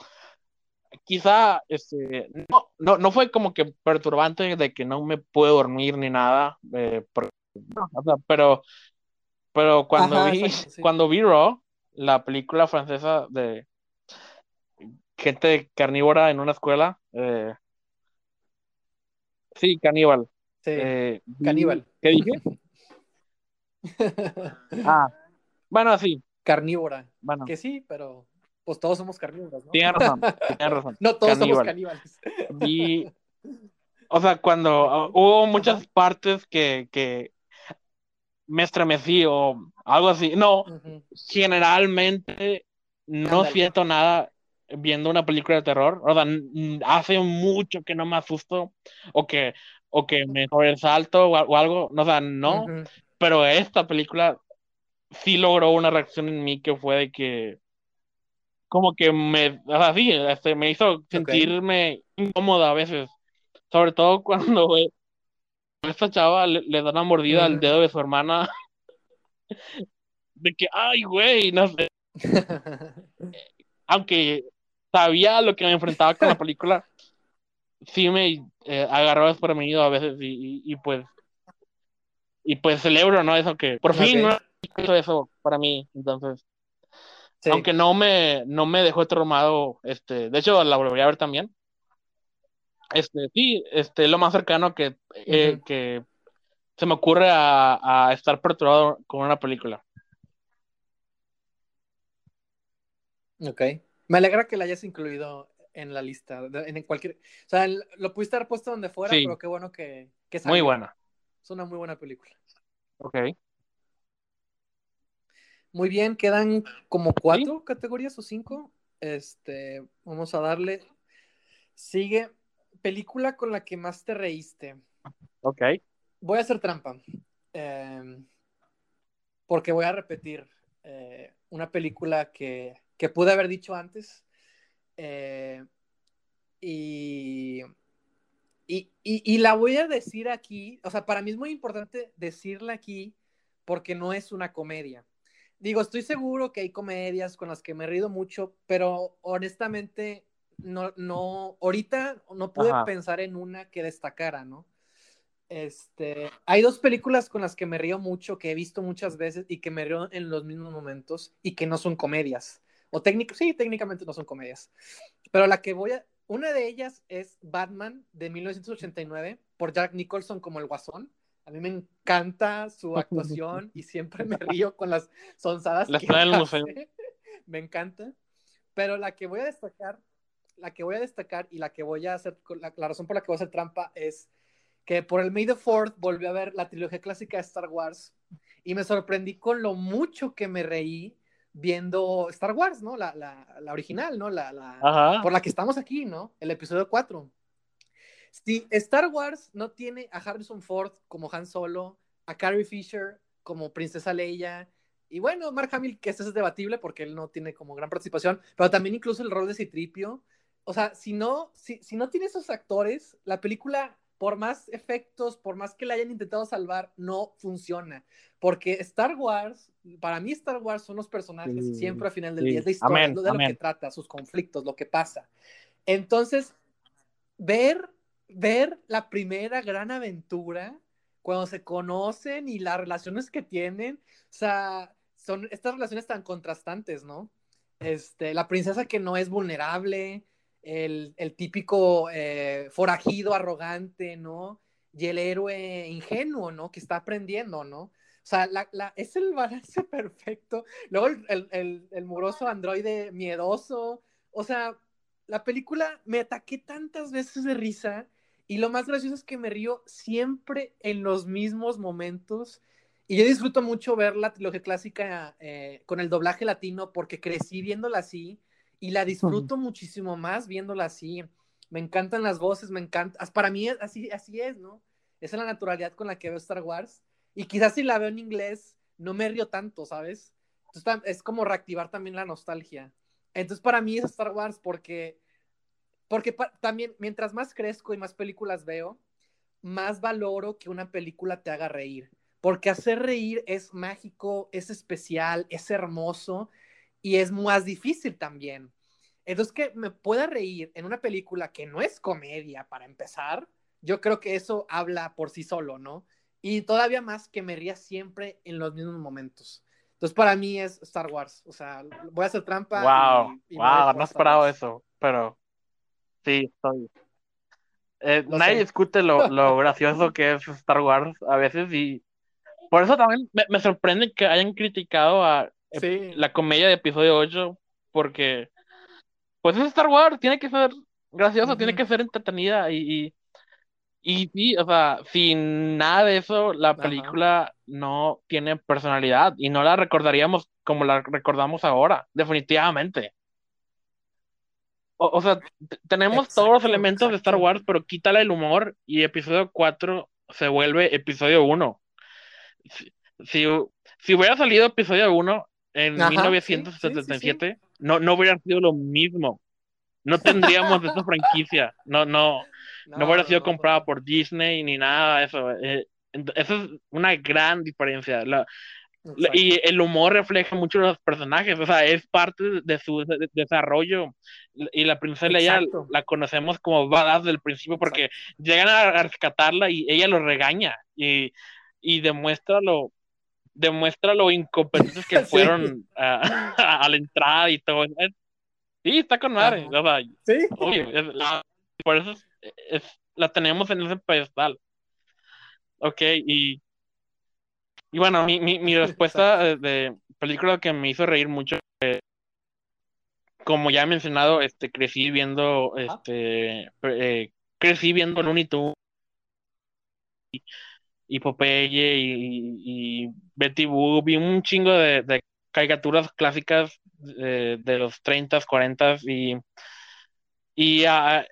quizá este no, no, no fue como que perturbante de que no me puedo dormir ni nada, eh, por- no, o sea, pero pero cuando Ajá, vi exacto, sí. cuando vi Raw, la película francesa de gente carnívora en una escuela, eh, sí, caníbal, Sí. eh, vi, Caníbal. ¿qué dije? Ah, bueno, sí, Carnívora. bueno, Que sí, pero pues todos somos carnívoros, ¿no? tienes razón, tienes razón, No todos somos caníbal. caníbales. Vi, o sea, cuando uh, hubo muchas Ajá. partes que, que me estremecí o algo así. No, Uh-huh. generalmente no Ándale. siento nada viendo una película de terror. O sea, n- hace mucho que no me asusto o que, o que me sobresalto o, a- o algo. No, o sea, no. Uh-huh. Pero esta película sí logró una reacción en mí que fue de que, como que me, o sea, sí, este, me hizo Ok. sentirme incómoda a veces. Sobre todo cuando eh, esta chava le, le da una mordida al Uh-huh. dedo de su hermana, de que, ay, güey, no sé. Aunque sabía lo que me enfrentaba con la película, sí me eh, agarró desprevenido a veces y, y, y, pues y pues celebro, ¿no? Eso que por fin no Ok. hizo eso para mí, entonces, Sí. aunque no me no me dejó traumado, este, de hecho la volvería a ver también. Este, sí, este, lo más cercano que Uh-huh. eh, que se me ocurre a, a estar perturbado con una película. Ok. Me alegra que la hayas incluido en la lista. de- En cualquier. O sea, el- lo pudiste haber puesto donde fuera, Sí, pero qué bueno que, que muy salió. buena. Es una muy buena película. Ok. Muy bien, quedan como Sí, cuatro categorías o cinco. Este, vamos a darle. Sigue. Película con la que más te reíste. ok. Voy a hacer trampa. eh, porque voy a repetir eh, una película que, que pude haber dicho antes. eh, y, y, y, y la voy a decir aquí. O sea, para mí es muy importante decirla aquí porque no es una comedia. Digo, estoy seguro que hay comedias con las que me he reído mucho, pero honestamente no, no, ahorita no pude Ajá. pensar en una que destacara, ¿no? Este, hay dos películas con las que me río mucho, que he visto muchas veces y que me río en los mismos momentos y que no son comedias. O técnico, sí, técnicamente no son comedias. Pero la que voy a, una de ellas es Batman de mil novecientos ochenta y nueve por Jack Nicholson como el Guasón. A mí me encanta su actuación y siempre me río con las sonzadas La que escena del museo. hace. Me encanta. Pero la que voy a destacar, la que voy a destacar y la que voy a hacer, la, la razón por la que voy a hacer trampa es que por el May the fourth volví a ver la trilogía clásica de Star Wars y me sorprendí con lo mucho que me reí viendo Star Wars, ¿no? La, la, la original, ¿no? La, la, Ajá. por la que estamos aquí, ¿no? El episodio cuatro. Si Star Wars no tiene a Harrison Ford como Han Solo, a Carrie Fisher como Princesa Leia, y bueno, Mark Hamill, que este es debatible porque él no tiene como gran participación, pero también incluso el rol de Citripio. O sea, si no, si, si no tiene esos actores, la película, por más efectos, por más que la hayan intentado salvar, no funciona. Porque Star Wars, para mí Star Wars son los personajes, Sí, siempre al final del día, es sí. la historia, es Amén, lo de lo que amén. trata, sus conflictos, lo que pasa. Entonces, ver, ver la primera gran aventura, cuando se conocen y las relaciones que tienen, o sea, son estas relaciones tan contrastantes, ¿no? Este, la princesa que no es vulnerable, el, el típico eh, forajido arrogante, ¿no? Y el héroe ingenuo, ¿no? Que está aprendiendo, ¿no? O sea, la, la, es el balance perfecto. Luego el, el, el, el mugroso androide miedoso. O sea, la película me ataqué tantas veces de risa y lo más gracioso es que me río siempre en los mismos momentos y yo disfruto mucho ver la trilogía clásica eh, con el doblaje latino porque crecí viéndola así y la disfruto muchísimo más viéndola así. Me encantan las voces, me encanta. Para mí así, así es, ¿no? Esa es la naturalidad con la que veo Star Wars y quizás si la veo en inglés no me río tanto, ¿sabes? Entonces es como reactivar también la nostalgia. Entonces para mí es Star Wars porque, porque pa también mientras más crezco y más películas veo, más valoro que una película te haga reír. Porque hacer reír es mágico, es especial, es hermoso y es más difícil también. Entonces que me pueda reír en una película que no es comedia para empezar, yo creo que eso habla por sí solo, ¿no? Y todavía más que me ría siempre en los mismos momentos. Entonces para mí es Star Wars. O sea, voy a hacer trampa Wow, y, y me voy wow, por no Star esperaba Wars. eso, pero sí, estoy. Eh, Lo nadie sé. discute lo, lo gracioso que es Star Wars a veces y por eso también me, me sorprende que hayan criticado a eh, Sí. la comedia de episodio ocho porque pues es Star Wars, tiene que ser gracioso, tiene Uh-huh. que ser entretenida y, y, y sí, o sea, sin nada de eso la Ajá. película no tiene personalidad y no la recordaríamos como la recordamos ahora, definitivamente. O, o sea, t- tenemos todos los Exacto, elementos de Star exacto. Wars, pero quítale el humor y episodio cuatro se vuelve episodio uno. Si, si, si hubiera salido episodio uno en Ajá, sí, sí, sí, sí. mil novecientos setenta y siete, no, no hubiera sido lo mismo. No tendríamos esa franquicia. No, no, no No, hubiera no, sido no, no, comprada no. por Disney ni nada de eso. Eh, ent- eso es una gran diferencia. La- la- y Exacto, el humor refleja mucho los personajes, o sea, es parte de de su de- de- desarrollo. Y la princesa Leia exacto, la conocemos como badass del principio porque exacto. llegan a, a rescatarla y ella lo regaña y, y demuestra lo, demuestra lo incompetentes que Sí, fueron a, a la entrada y todo. Es- sí, está con madre, ajá. o sea, Sí, obvio, es la- por eso es, es- la tenemos en ese pedestal, ok, y, y bueno, mi, mi, mi respuesta exacto. de, de película que me hizo reír mucho, como ya he mencionado, este, crecí viendo, Ajá. este, eh, crecí viendo Looney Tunes y Popeye y, y Betty Boop y un chingo de, de caricaturas clásicas eh, de los treinta, cuarenta y, y, ah,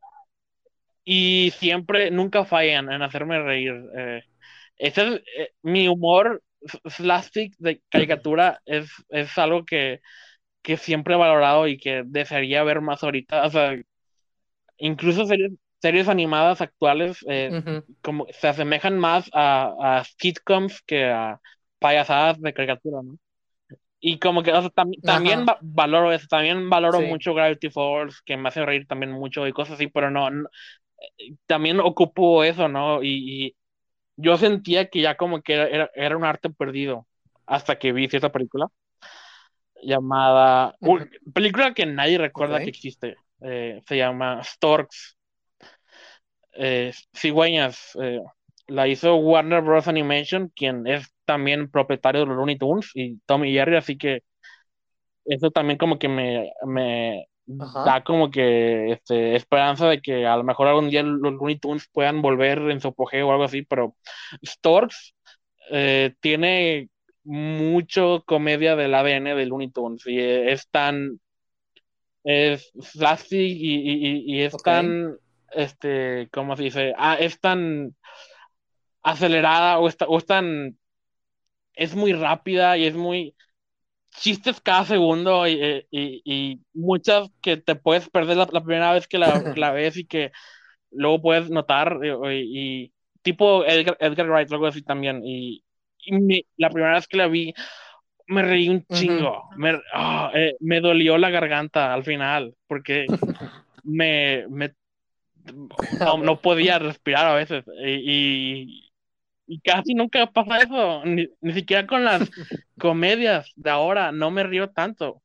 y siempre, nunca fallan en hacerme reír. Eh, ese es, eh, mi humor slapstick de caricatura es, es algo que, que siempre he valorado y que desearía ver más ahorita. O sea, incluso series, series animadas actuales eh, Ujú. como se asemejan más a, a sitcoms que a payasadas de caricatura, ¿no? Y como que, o sea, tam- también Ajá, va- valoro eso, también valoro sí. mucho Gravity Falls, que me hace reír también mucho y cosas así, pero no, no- también ocupo eso, ¿no? Y, y yo sentía que ya como que era, era, era un arte perdido hasta que vi cierta película llamada, Ujú, uy, película que nadie ok. recuerda que existe, eh, se llama Storks, eh, Cigüeñas, eh, la hizo Warner Bros. Animation, quien es también propietario de los Looney Tunes y Tom y Jerry, así que eso también como que me, me Ajá. da como que este, esperanza de que a lo mejor algún día los Looney Tunes puedan volver en su apogeo o algo así, pero Storks eh, tiene mucho comedia del A D N de Looney Tunes y es tan es flashy y, y, y y es Ok. tan este, ¿cómo se dice? Ah, es tan acelerada o, está, o es tan es muy rápida y es muy chistes cada segundo y, eh, y, y muchas que te puedes perder la, la primera vez que la, que la ves y que luego puedes notar eh, y, y tipo Edgar, Edgar Wright, algo así también. Y, y me- la primera vez que la vi me reí un Ujú. chingo, me, ah, eh, me dolió la garganta al final porque me, me A no, ver. no podía respirar a veces y, y, y casi nunca pasa eso, ni, ni siquiera con las comedias de ahora, no me río tanto.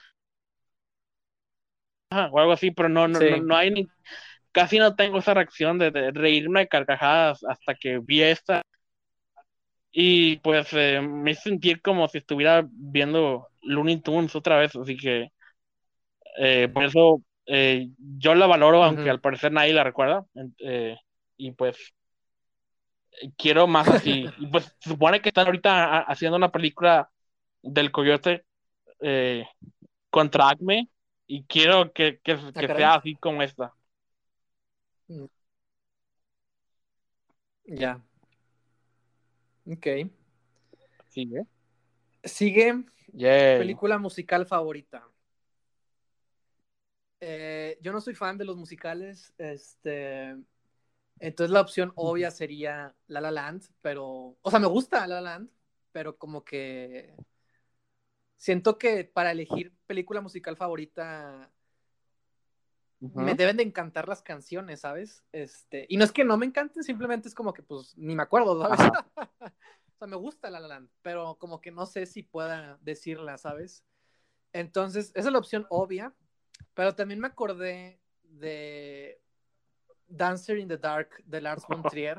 Ajá, o algo así, pero no, no, no, Sí. no hay ni, casi no tengo esa reacción de, de reírme de carcajadas hasta que vi esta y pues eh, me hizo sentir como si estuviera viendo Looney Tunes otra vez, así que eh, por eso eh, yo la valoro, aunque Ujú. al parecer nadie la recuerda, en- eh, y pues quiero más así. Y pues se supone que están ahorita a- haciendo una película del Coyote eh, contra Acme y quiero que, que, Ah, que caray. sea así como esta. Mm, ya. Ok. Sí, ¿eh? Sigue Yay. película musical favorita. Eh, yo no soy fan de los musicales, este, entonces la opción obvia sería La La Land, pero, o sea, me gusta La La Land, pero como que siento que para elegir película musical favorita me Ujú. deben de encantar las canciones, ¿sabes? Este, y no es que no me encanten, simplemente es como que pues ni me acuerdo, ¿sabes? Ajá. O sea, me gusta La La Land, pero como que no sé si pueda decirla, ¿sabes? Entonces, esa es la opción obvia, pero también me acordé de Dancer in the Dark de Lars von Trier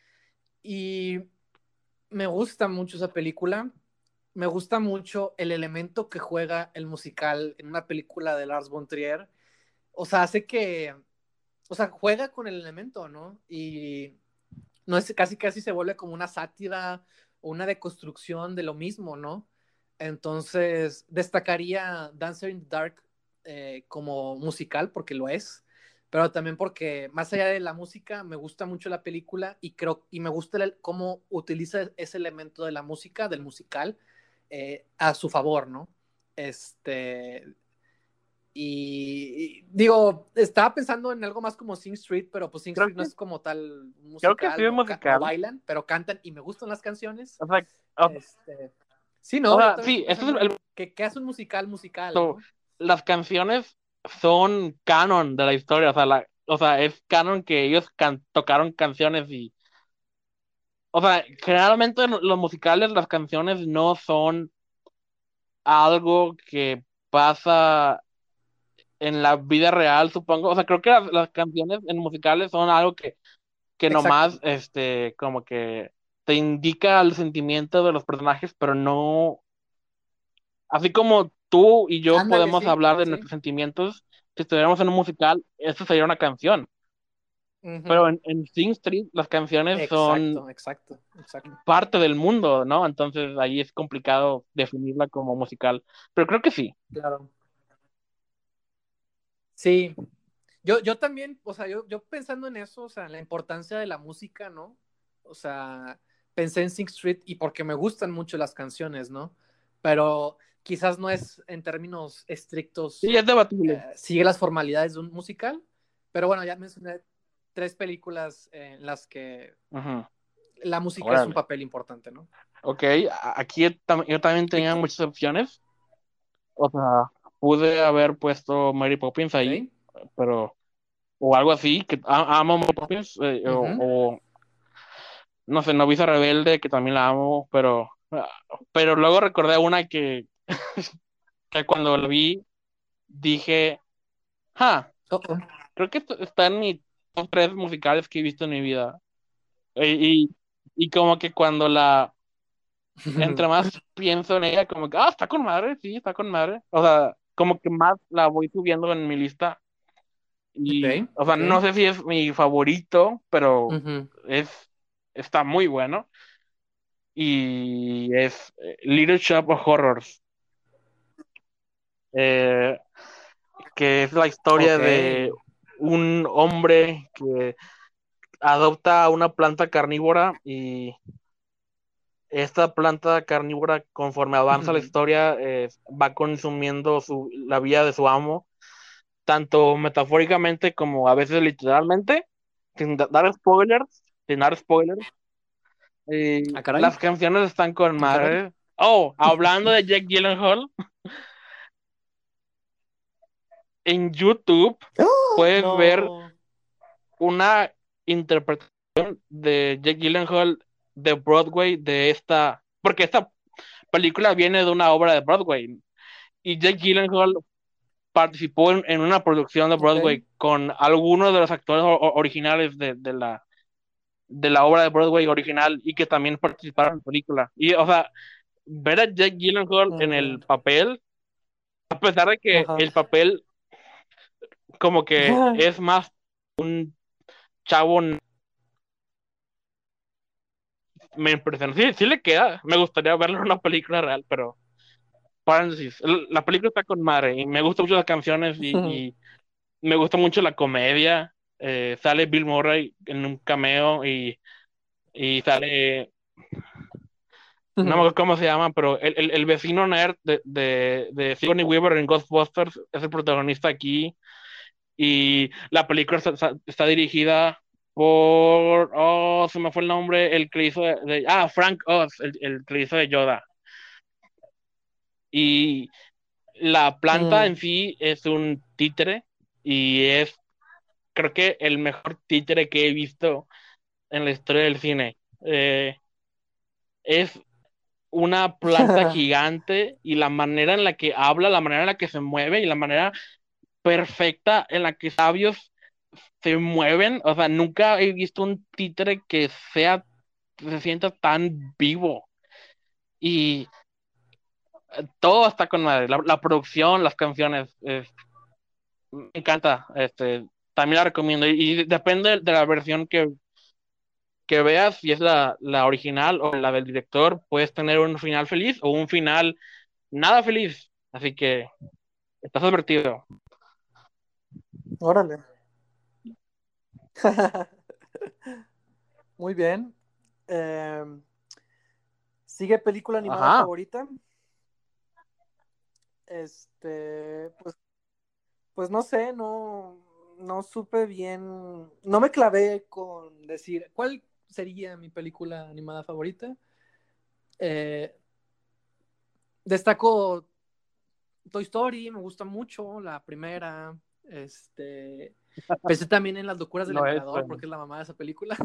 y me gusta mucho esa película. Me gusta mucho el elemento que juega el musical en una película de Lars von Trier. O sea, hace que, o sea, juega con el elemento, ¿no? Y no es casi casi se vuelve como una sátira o una deconstrucción de lo mismo, ¿no? Entonces, destacaría Dancer in the Dark eh, como musical, porque lo es, pero también porque más allá de la música, me gusta mucho la película y creo y me gusta el, cómo utiliza ese elemento de la música, del musical, eh, a su favor, ¿no? Este, y, y, digo, estaba pensando en algo más como Sing Street, pero pues Sing Creo Street no que, es como tal un creo que sí musical, es no, no musical. bailan, pero cantan y me gustan las canciones. O sea, o, Este, sí, o no, yo sea, también sí, estoy eso es pensando el, en que, que hace un musical musical, lo- ¿no? las canciones son canon de la historia, o sea, la, o sea, es canon que ellos can- tocaron canciones y, o sea, generalmente en los musicales las canciones no son algo que pasa en la vida real, supongo. O sea, creo que las, las canciones en musicales son algo que, que Exacto. nomás, este, como que te indica el sentimiento de los personajes, pero no, así como tú y yo Ándale, podemos sí, hablar de sí. nuestros sentimientos, si estuviéramos en un musical, esto sería una canción. Ujú. Pero en, en Sing Street las canciones son Exacto, exacto, exacto. parte del mundo, ¿no? Entonces ahí es complicado definirla como musical. Pero creo que sí. Claro. Sí, yo, yo también, o sea, yo, yo pensando en eso, o sea, en la importancia de la música, ¿no? O sea, pensé en Sing Street y porque me gustan mucho las canciones, ¿no? Pero quizás no es en términos Sí, estrictos, es debatible. eh, sigue las formalidades de un musical, pero bueno, ya mencioné tres películas en las que Ujú. la música es un Órale. papel importante, ¿no? Ok, a- aquí yo, tam- yo también ¿Y tenía cu- muchas opciones. O sea, pude haber puesto Mary Poppins Ok. ahí, pero, o algo así, que a- amo Mary Poppins, eh, o, Ujú. o, no sé, Novicia Rebelde, que también la amo, pero, ah, pero luego recordé una que, que cuando la vi dije, ah, Oh, oh. creo que esto está en mis top tres musicales que he visto en mi vida. Y, y, y como que cuando la, entre más pienso en ella, como que, ah, está con madre, sí, está con madre. O sea, como que más la voy subiendo en mi lista. Ok, Y, o sea, ok. no sé si es mi favorito, pero Ujú. es, está muy bueno. Y es eh, Little Shop of Horrors, eh, que es la historia Ok. de un hombre que adopta una planta carnívora y esta planta carnívora, conforme avanza la Ujú. historia, eh, va consumiendo su, la vida de su amo, tanto metafóricamente como a veces literalmente, sin da- dar spoilers, sin dar spoilers. Ah, Y caray. las canciones están con Ah, caray. madre. Oh, hablando de Jake Gyllenhaal, en YouTube ¡Oh! puedes ver No. una interpretación de Jake Gyllenhaal de Broadway de esta, porque esta película viene de una obra de Broadway y Jake Gyllenhaal participó en, en una producción de Ok. Broadway con algunos de los actores o- originales de, de la de la obra de Broadway original y que también participaron en la película. Y, o sea, ver a Jake Gyllenhaal en el Mm, papel, a pesar de que ajá. el papel como que es más un chavo, me impresiona. Sí, sí le queda. Me gustaría verlo en una película real, pero paréntesis, el- la película está con madre y me gustan mucho las canciones y, y me gusta mucho la comedia. Eh, sale Bill Murray en un cameo y, y sale, no me acuerdo cómo se llama, pero el, el, el vecino nerd de, de, de Sigourney Weaver en Ghostbusters es el protagonista aquí. Y la película está, está- está dirigida por, oh, se me fue el nombre, el que hizo de, de- ah, Frank Oz, el, el que hizo de Yoda. Y la planta Mm, en sí es un títere y es, creo que el mejor títere que he visto en la historia del cine. Eh, es una planta gigante y la manera en la que habla, la manera en la que se mueve y la manera perfecta en la que sabios se mueven. O sea, nunca he visto un títere que sea, se sienta tan vivo. Y todo está con madre. La, la producción, las canciones, eh, me encanta. Este, también la recomiendo. Y, y depende de la versión que, que veas, si es la, la original o la del director, puedes tener un final feliz o un final nada feliz. Así que estás advertido. órale. Muy bien. Em, ¿sigue película animada Ajá. favorita? Este, pues, pues no sé, no, no supe bien, no me clavé con decir cuál sería mi película animada favorita. Eh, destaco Toy Story, me gusta mucho, la primera. Este, pensé también en Las locuras del Lo es. emperador, porque es la mamá de esa película.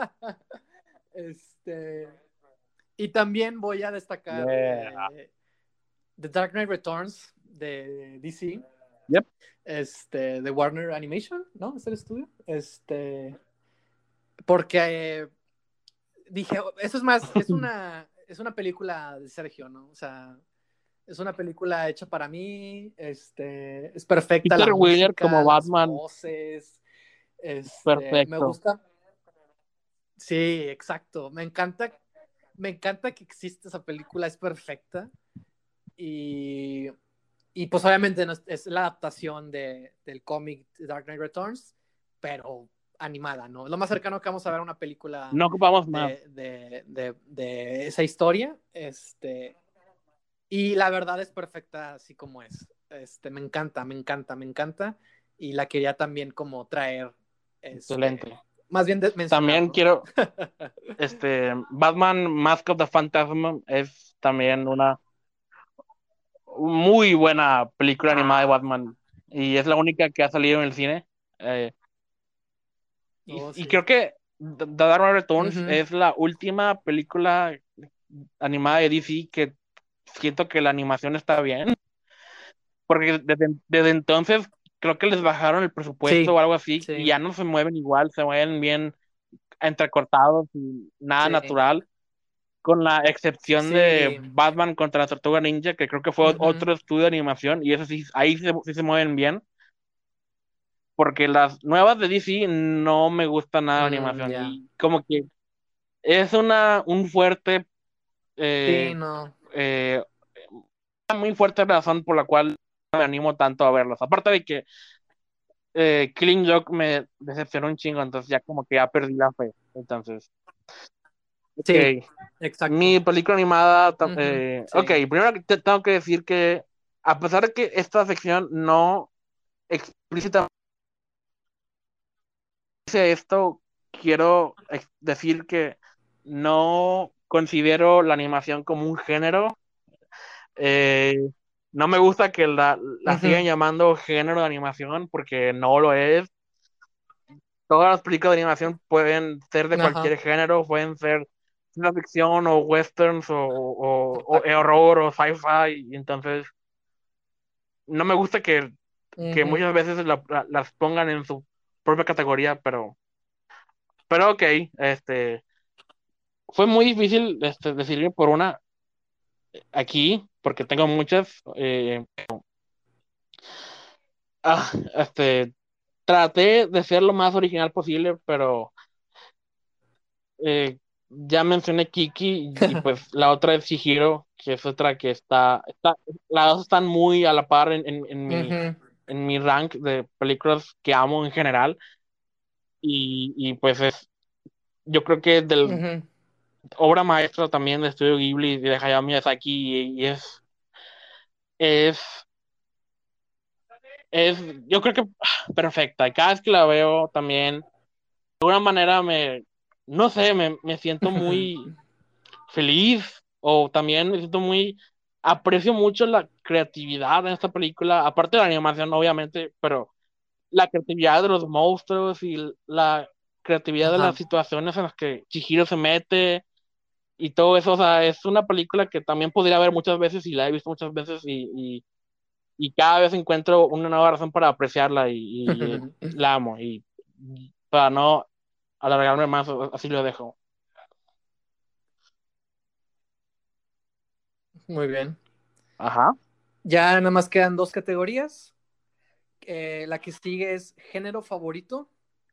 Este, y también voy a destacar Yeah. eh, The Dark Knight Returns de D C, Yep. este, de Warner Animation, ¿no? ¿Es el estudio? Este, porque eh, dije, eso es más, es una, es una película de Sergio, ¿no? O sea, es una película hecha para mí, este, es perfecta la Peter Weller como música, las Batman, voces, este, me perfecto. gusta. Sí, exacto. Me encanta, me encanta que existe esa película, es perfecta. Y, y pues obviamente no es, es la adaptación de, del cómic Dark Knight Returns, pero animada, ¿no? Lo más cercano que vamos a ver una película No ocupamos más. de, de, de, de esa historia. Este, y la verdad es perfecta así como es. Este, me encanta, me encanta, me encanta. Y la quería también como traer este, Excelente. Más bien de mencionar, También ¿no? quiero, este, Batman Mask of the Phantasm es también una muy buena película animada de Ah, Batman y es la única que ha salido en el cine. Eh, y, oh, y sí. creo que The The Dark Knight Returns Ujú, es la última película animada de D C que siento que la animación está bien, porque desde, desde entonces creo que les bajaron el presupuesto sí, o algo así y sí, ya no se mueven igual, se mueven bien entrecortados y nada sí, natural, con la excepción de sí. Batman contra la Tortuga Ninja, que creo que fue Ujú, otro estudio de animación y eso sí, ahí sí, sí se mueven bien, porque las nuevas de D C no me gusta nada la mm, animación ya. y como que es una un fuerte Sí, eh, no. eh, una muy fuerte razón por la cual no me animo tanto a verlos. Aparte de que eh, Killing Joke me decepcionó un chingo, entonces ya como que ya perdí la fe. Entonces, Sí, ok. exacto. Mi película animada, ta- Ujú, eh, ok, sí. primero que te tengo que decir que a pesar de que esta sección no explícitamente dice esto, quiero ex- decir que no considero la animación como un género. Eh, no me gusta que la, la sigan Ujú, llamando género de animación porque no lo es. Todas las películas de animación pueden ser de ajá, cualquier género, pueden ser ciencia ficción o westerns o, o, o exacto. horror o sci-fi. Y entonces, no me gusta que, que Ujú, muchas veces la- la- las pongan en su propia categoría, pero, pero ok, este, fue muy difícil este, decidirme por una aquí, porque tengo muchas. eh, ah, este, traté de ser lo más original posible, pero eh, ya mencioné Kiki y pues la otra es Chihiro, que es otra que está, está las dos están muy a la par en, en, en mi, ujú, en mi rank de películas que amo en general y, y pues es, yo creo que es del ujú. obra maestra también de Estudio Ghibli y de Hayao Miyazaki y, y es, es, es, yo creo que ah, perfecta y cada vez que la veo también, de alguna manera me, no sé, me, me siento muy feliz o también me siento muy, aprecio mucho la creatividad en esta película, aparte de la animación obviamente, pero la creatividad de los monstruos y la creatividad de las Ajá. situaciones en las que Chihiro se mete y todo eso, o sea, es una película que también podría ver muchas veces y la he visto muchas veces y, y, y cada vez encuentro una nueva razón para apreciarla y, y, eh, la amo y para no alargarme más, así lo dejo. Muy bien. Ajá. Ya nada más quedan dos categorías. Eh, la que sigue es género favorito.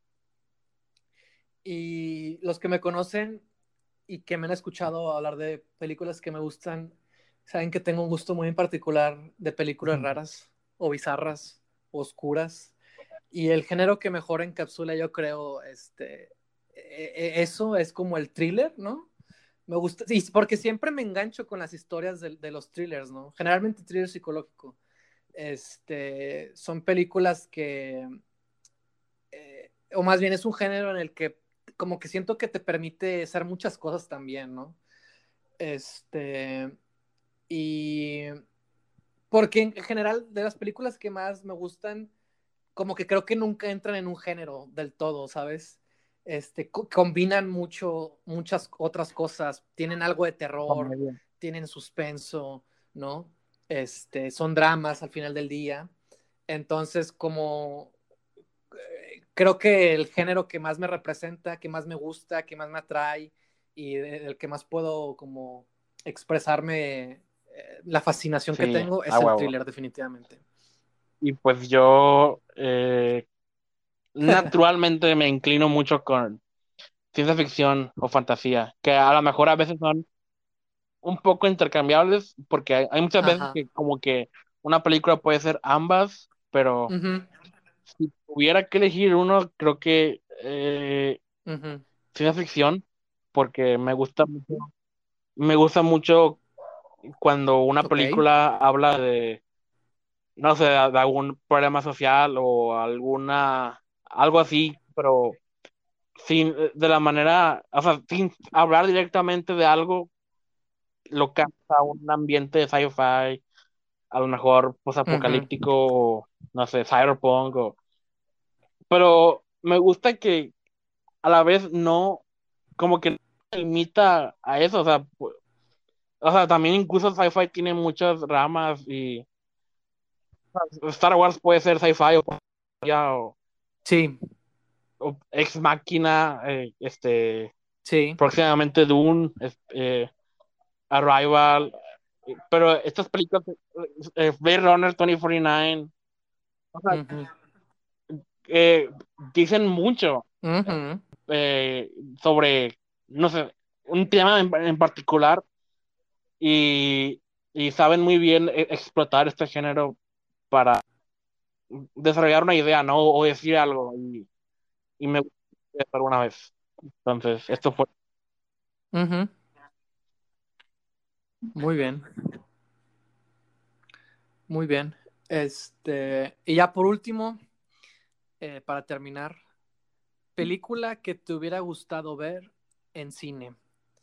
Y los que me conocen y que me han escuchado hablar de películas que me gustan, saben que tengo un gusto muy en particular de películas raras o bizarras, oscuras. Y el género que mejor encapsula, yo creo, este, e- e- eso es como el thriller, ¿no? Me gusta, sí, porque siempre me engancho con las historias de, de los thrillers, ¿no? Generalmente thriller psicológico. Este, son películas que, eh, o más bien es un género en el que como que siento que te permite hacer muchas cosas también, ¿no? Este, y porque en general de las películas que más me gustan, como que creo que nunca entran en un género del todo, ¿sabes? Este, co combinan mucho, muchas otras cosas, tienen algo de terror, Comedia. tienen suspenso, ¿no? Este, son dramas al final del día. Entonces, como eh, creo que el género que más me representa, que más me gusta, que más me atrae y el que más puedo como expresarme eh, la fascinación que Sí, tengo a es el huevo. thriller, definitivamente. Y pues yo eh, naturalmente me inclino mucho con ciencia ficción o fantasía, que a lo mejor a veces son un poco intercambiables, porque hay, hay muchas veces Ajá. que como que una película puede ser ambas, pero Uh-huh. si tuviera que elegir uno, creo que eh, Uh-huh. ciencia ficción, porque me gusta mucho, me gusta mucho cuando una Ok. película habla de, no sé, de algún problema social o alguna, algo así, pero sin, de la manera, o sea, sin hablar directamente de algo, lo cambia a un ambiente de sci-fi, a lo mejor Ujú. posapocalíptico, o, no sé, cyberpunk, o, pero me gusta que a la vez no, como que no se limita a eso, o sea, pu- o sea, también incluso el sci-fi tiene muchas ramas y Star Wars puede ser sci-fi o, o, Sí, o Ex Machina, eh, este, sí. próximamente Dune, es- eh, Arrival, eh, pero estas películas, eh, eh, Blade Runner dos mil cuarenta y nueve, o sea, Ujú, eh, dicen mucho ujú. eh, sobre, no sé, un tema en, en particular y, y saben muy bien eh, explotar este género para desarrollar una idea, ¿no? O decir algo y, y me gusta alguna vez. Entonces, esto fue. Ujú. Muy bien, muy bien. Este, y ya por último, eh, para terminar, película que te hubiera gustado ver en cine.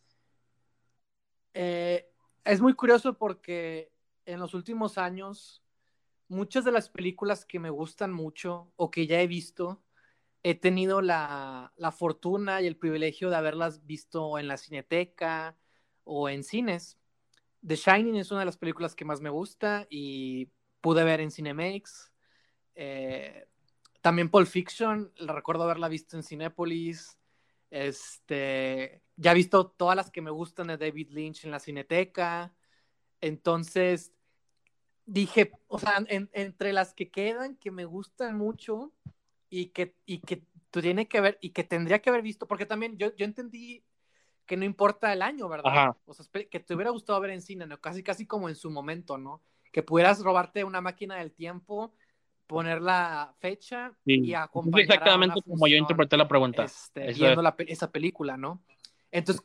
Eh, es muy curioso porque en los últimos años, muchas de las películas que me gustan mucho o que ya he visto, he tenido la, la fortuna y el privilegio de haberlas visto en la cineteca o en cines. The Shining es una de las películas que más me gusta y pude ver en Cinemex. Eh, También Pulp Fiction, recuerdo haberla visto en Cinépolis. Este, ya he visto todas las que me gustan de David Lynch en la Cineteca. Entonces dije, o sea, en, entre las que quedan, que me gustan mucho y que, y que tiene que ver y que tendría que haber visto, porque también yo, yo entendí que no importa el año, ¿verdad? Ajá. O sea, que te hubiera gustado ver en cine, ¿no? Casi, casi como en su momento, ¿no? Que pudieras robarte una máquina del tiempo, poner la fecha y Sí, es acompañar a una exactamente como yo función, interpreté la pregunta. este, Eso es. viendo la, esa película, ¿no? Entonces,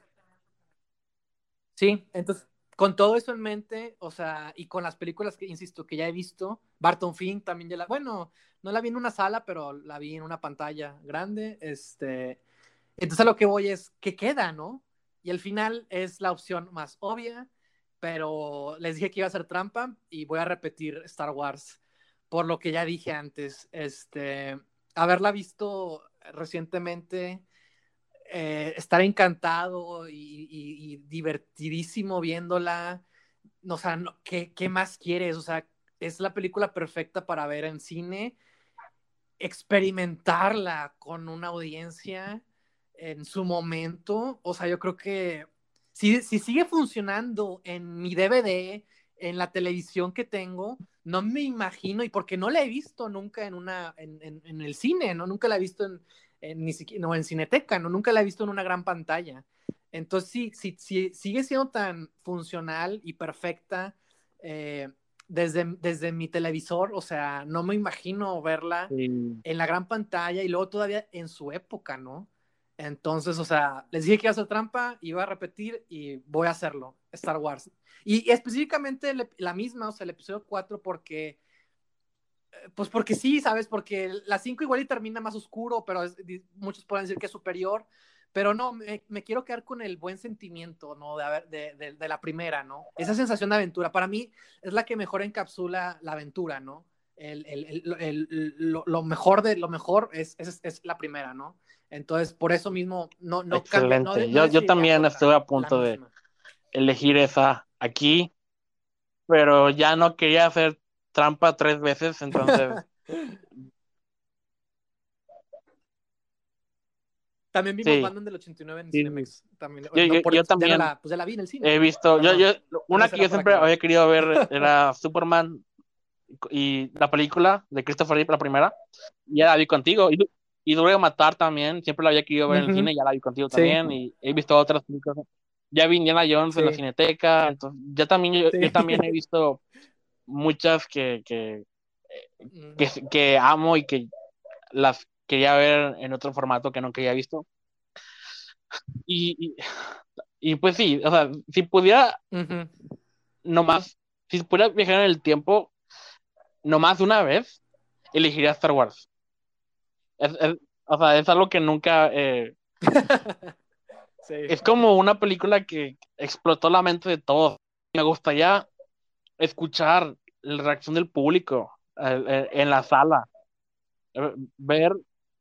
sí, entonces, con todo eso en mente, o sea, y con las películas que, insisto, que ya he visto, Barton Fink también ya la, bueno, no la vi en una sala, pero la vi en una pantalla grande, este, entonces a lo que voy es, ¿qué queda, no? Y al final es la opción más obvia, pero les dije que iba a ser trampa y voy a repetir Star Wars, por lo que ya dije antes, este, haberla visto recientemente, eh, estar encantado y, y, y, divertidísimo viéndola. O sea, no, ¿qué, ¿qué más quieres? O sea, es la película perfecta para ver en cine, experimentarla con una audiencia en su momento. O sea, yo creo que si, si sigue funcionando en mi D V D, en la televisión que tengo, no me imagino, y porque no la he visto nunca en una en, en, en el cine, ¿no? Nunca la he visto en, en ni siquiera, no, en Cineteca, ¿no? Nunca la he visto en una gran pantalla. Entonces, sí, sí, sí sigue siendo tan funcional y perfecta, eh, desde, desde mi televisor, o sea, no me imagino verla Sí. en la gran pantalla y luego todavía en su época, ¿no? Entonces, o sea, les dije que iba a hacer trampa, iba a repetir y voy a hacerlo, Star Wars. Y, y específicamente le, la misma, o sea, el episodio cuatro porque, pues porque sí, ¿sabes? Porque la cinco igual y termina más oscuro, pero es, muchos pueden decir que es superior, pero no, me, me, quiero quedar con el buen sentimiento, ¿no? De, haber, de, de, de, la primera, ¿no? Esa sensación de aventura, para mí es la que mejor encapsula la aventura, ¿no? El, el, el, el, lo, lo, mejor de lo mejor es, es, es, la primera, ¿no? Entonces, por eso mismo, no, no cambia, no, Excelente. no Yo, yo decidiría también otra, estuve a la punto de misma. elegir esa aquí, pero ya no quería hacer trampa tres veces, entonces También vimos sí, Batman del ochenta y nueve en sí, sí. Cinemex. También, Yo, no, yo, por, yo ya no también la, pues ya la vi en el cine. he visto, yo, Perdón. yo, Nada una más que era yo para siempre aclarar. había querido ver era Superman y la película de Christopher Reeve, la primera, y ya la vi contigo. Y, y Duro de Matar también, siempre la había querido ver en el Uh-huh. cine, ya la vi contigo Sí, también, y he visto otras películas. Ya vi Indiana Jones en la sí, Cineteca, entonces ya también yo, yo sí. también he visto muchas que, que, Mm. que, que amo y que las quería ver en otro formato que nunca había visto. Y, y, y pues sí, o sea, si pudiera Uh-huh. nomás, si pudiera viajar en el tiempo nomás una vez, elegiría Star Wars. Es, es- o sea, es algo que nunca, eh, Sí. Es como una película que explotó la mente de todos. Me gustaría escuchar la reacción del público eh, eh, en la sala. Eh, Ver,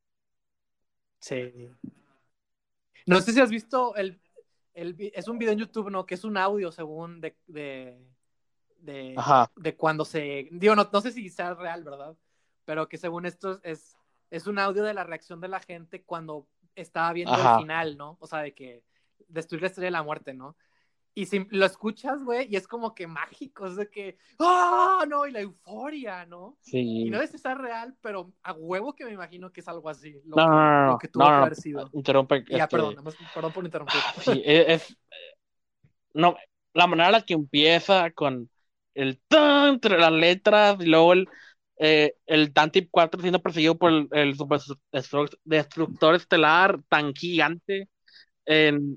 Sí. No sé si has visto el, el vi- es un video en YouTube, ¿no? Que es un audio según de, de, de, ajá, de cuando se, digo, no, no sé si sea real, ¿verdad? Pero que según esto es, es un audio de la reacción de la gente cuando estaba viendo el ajá, final, ¿no? O sea, de que destruir la estrella de la muerte, ¿no? Y si lo escuchas, güey, y es como que mágico, es de que, ¡ah! No, y la euforia, ¿no? Y no sí. es estar real, pero a huevo que me imagino que es algo así, lo No, no, que, no, lo no, que no, tuvo que no, haber no, sido. interrumpe, Y ya, perdón, este, nada más- perdón por interrumpir. sí, e- es, no, la manera en la que empieza con el tan entre las letras y luego el, eh, el Tantip cuatro siendo perseguido por el, el super destru- destructor estelar tan gigante. en-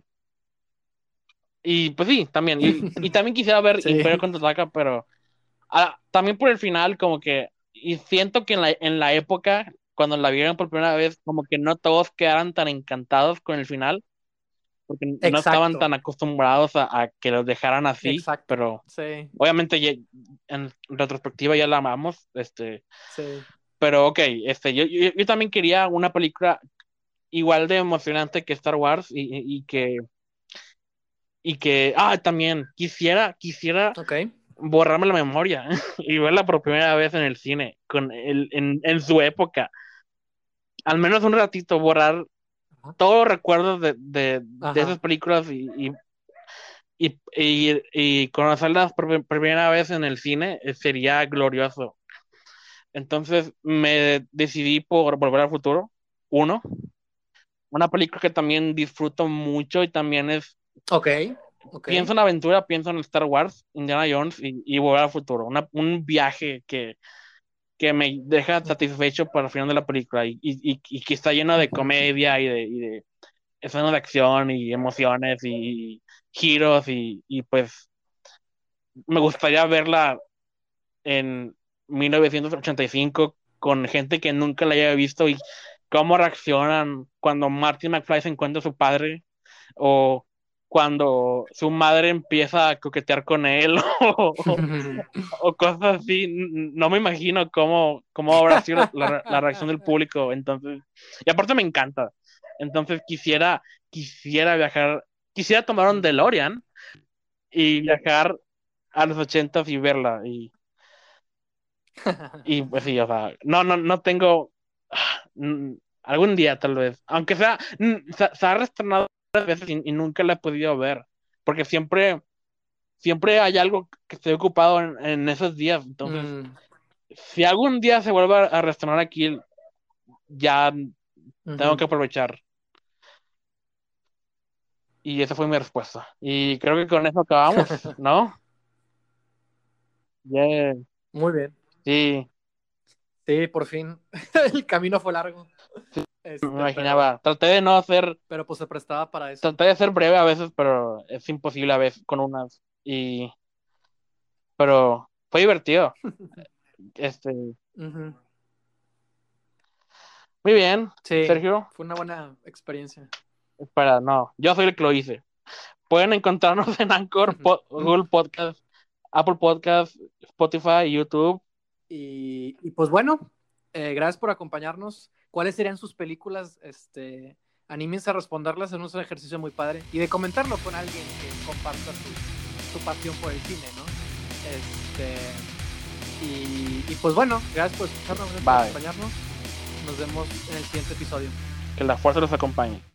y pues sí, también. Y, y también quisiera ver Imperio Sí, contraataca, pero ah, también por el final, como que. Y siento que en la, en la época, cuando la vieron por primera vez, como que no todos quedaran tan encantados con el final porque no estaban exacto, tan acostumbrados a, a que los dejaran así, exacto. pero Sí, obviamente ya- en retrospectiva ya la amamos, este, sí. pero ok, este, yo, yo, yo también quería una película igual de emocionante que Star Wars y, y- y que, y que, ah, también quisiera, quisiera Ok. borrarme la memoria y verla por primera vez en el cine, con el, en, en su época, al menos un ratito, borrar Ajá. todos los recuerdos de, de, de esas Ajá. películas y, y y, y, y conocerlas por primera vez en el cine eh, sería glorioso. Entonces me decidí por Volver al Futuro, uno, una película que también disfruto mucho y también es, Ok. Ok. pienso en aventura, pienso en Star Wars, Indiana Jones y, y Volver al Futuro, una, un viaje que, que me deja satisfecho para el final de la película y, y, y, y que está lleno de Ujú. comedia y de, y de escenas de acción y emociones y giros y, y pues me gustaría verla en mil novecientos ochenta y cinco con gente que nunca la haya visto y cómo reaccionan cuando Marty McFly se encuentra a su padre o cuando su madre empieza a coquetear con él o, o- o cosas así. N- No me imagino cómo, cómo habrá sido la, la reacción del público. Entonces, y aparte me encanta. Entonces quisiera, quisiera viajar, quisiera tomar un DeLorean y viajar a los ochentas y verla. Y Y pues sí, o sea, no, no, no tengo mm, algún día tal vez, aunque sea, mm, se, se ha reestrenado varias veces y, y nunca la he podido ver, porque siempre, siempre hay algo que estoy ocupado en, en esos días, entonces, Mm, si algún día se vuelve a, a reestrenar aquí, ya tengo ujú. que aprovechar. Y esa fue mi respuesta. Y creo que con eso acabamos, ¿no? Yeah. Muy bien. Sí, Sí, por fin. El camino fue largo. me Este, pero, imaginaba. Traté de no hacer, pero pues se prestaba para eso. traté de ser breve a veces, pero es imposible a veces con unas. Y pero fue divertido. Este, Ujú. muy bien, Sí, Sergio. fue una buena experiencia. Espera, no, yo soy el que lo hice. Pueden encontrarnos en Anchor, Po- Google Podcast, Apple Podcast, Spotify, YouTube. Y, y pues bueno, eh, gracias por acompañarnos. ¿Cuáles serían sus películas? Este, anímense a responderlas, es un ejercicio muy padre. Y de comentarlo con alguien que comparta su, su pasión por el cine, ¿no? Este, y, y pues bueno, gracias por escucharnos, gracias por Bye. acompañarnos. Nos vemos en el siguiente episodio. Que la fuerza los acompañe.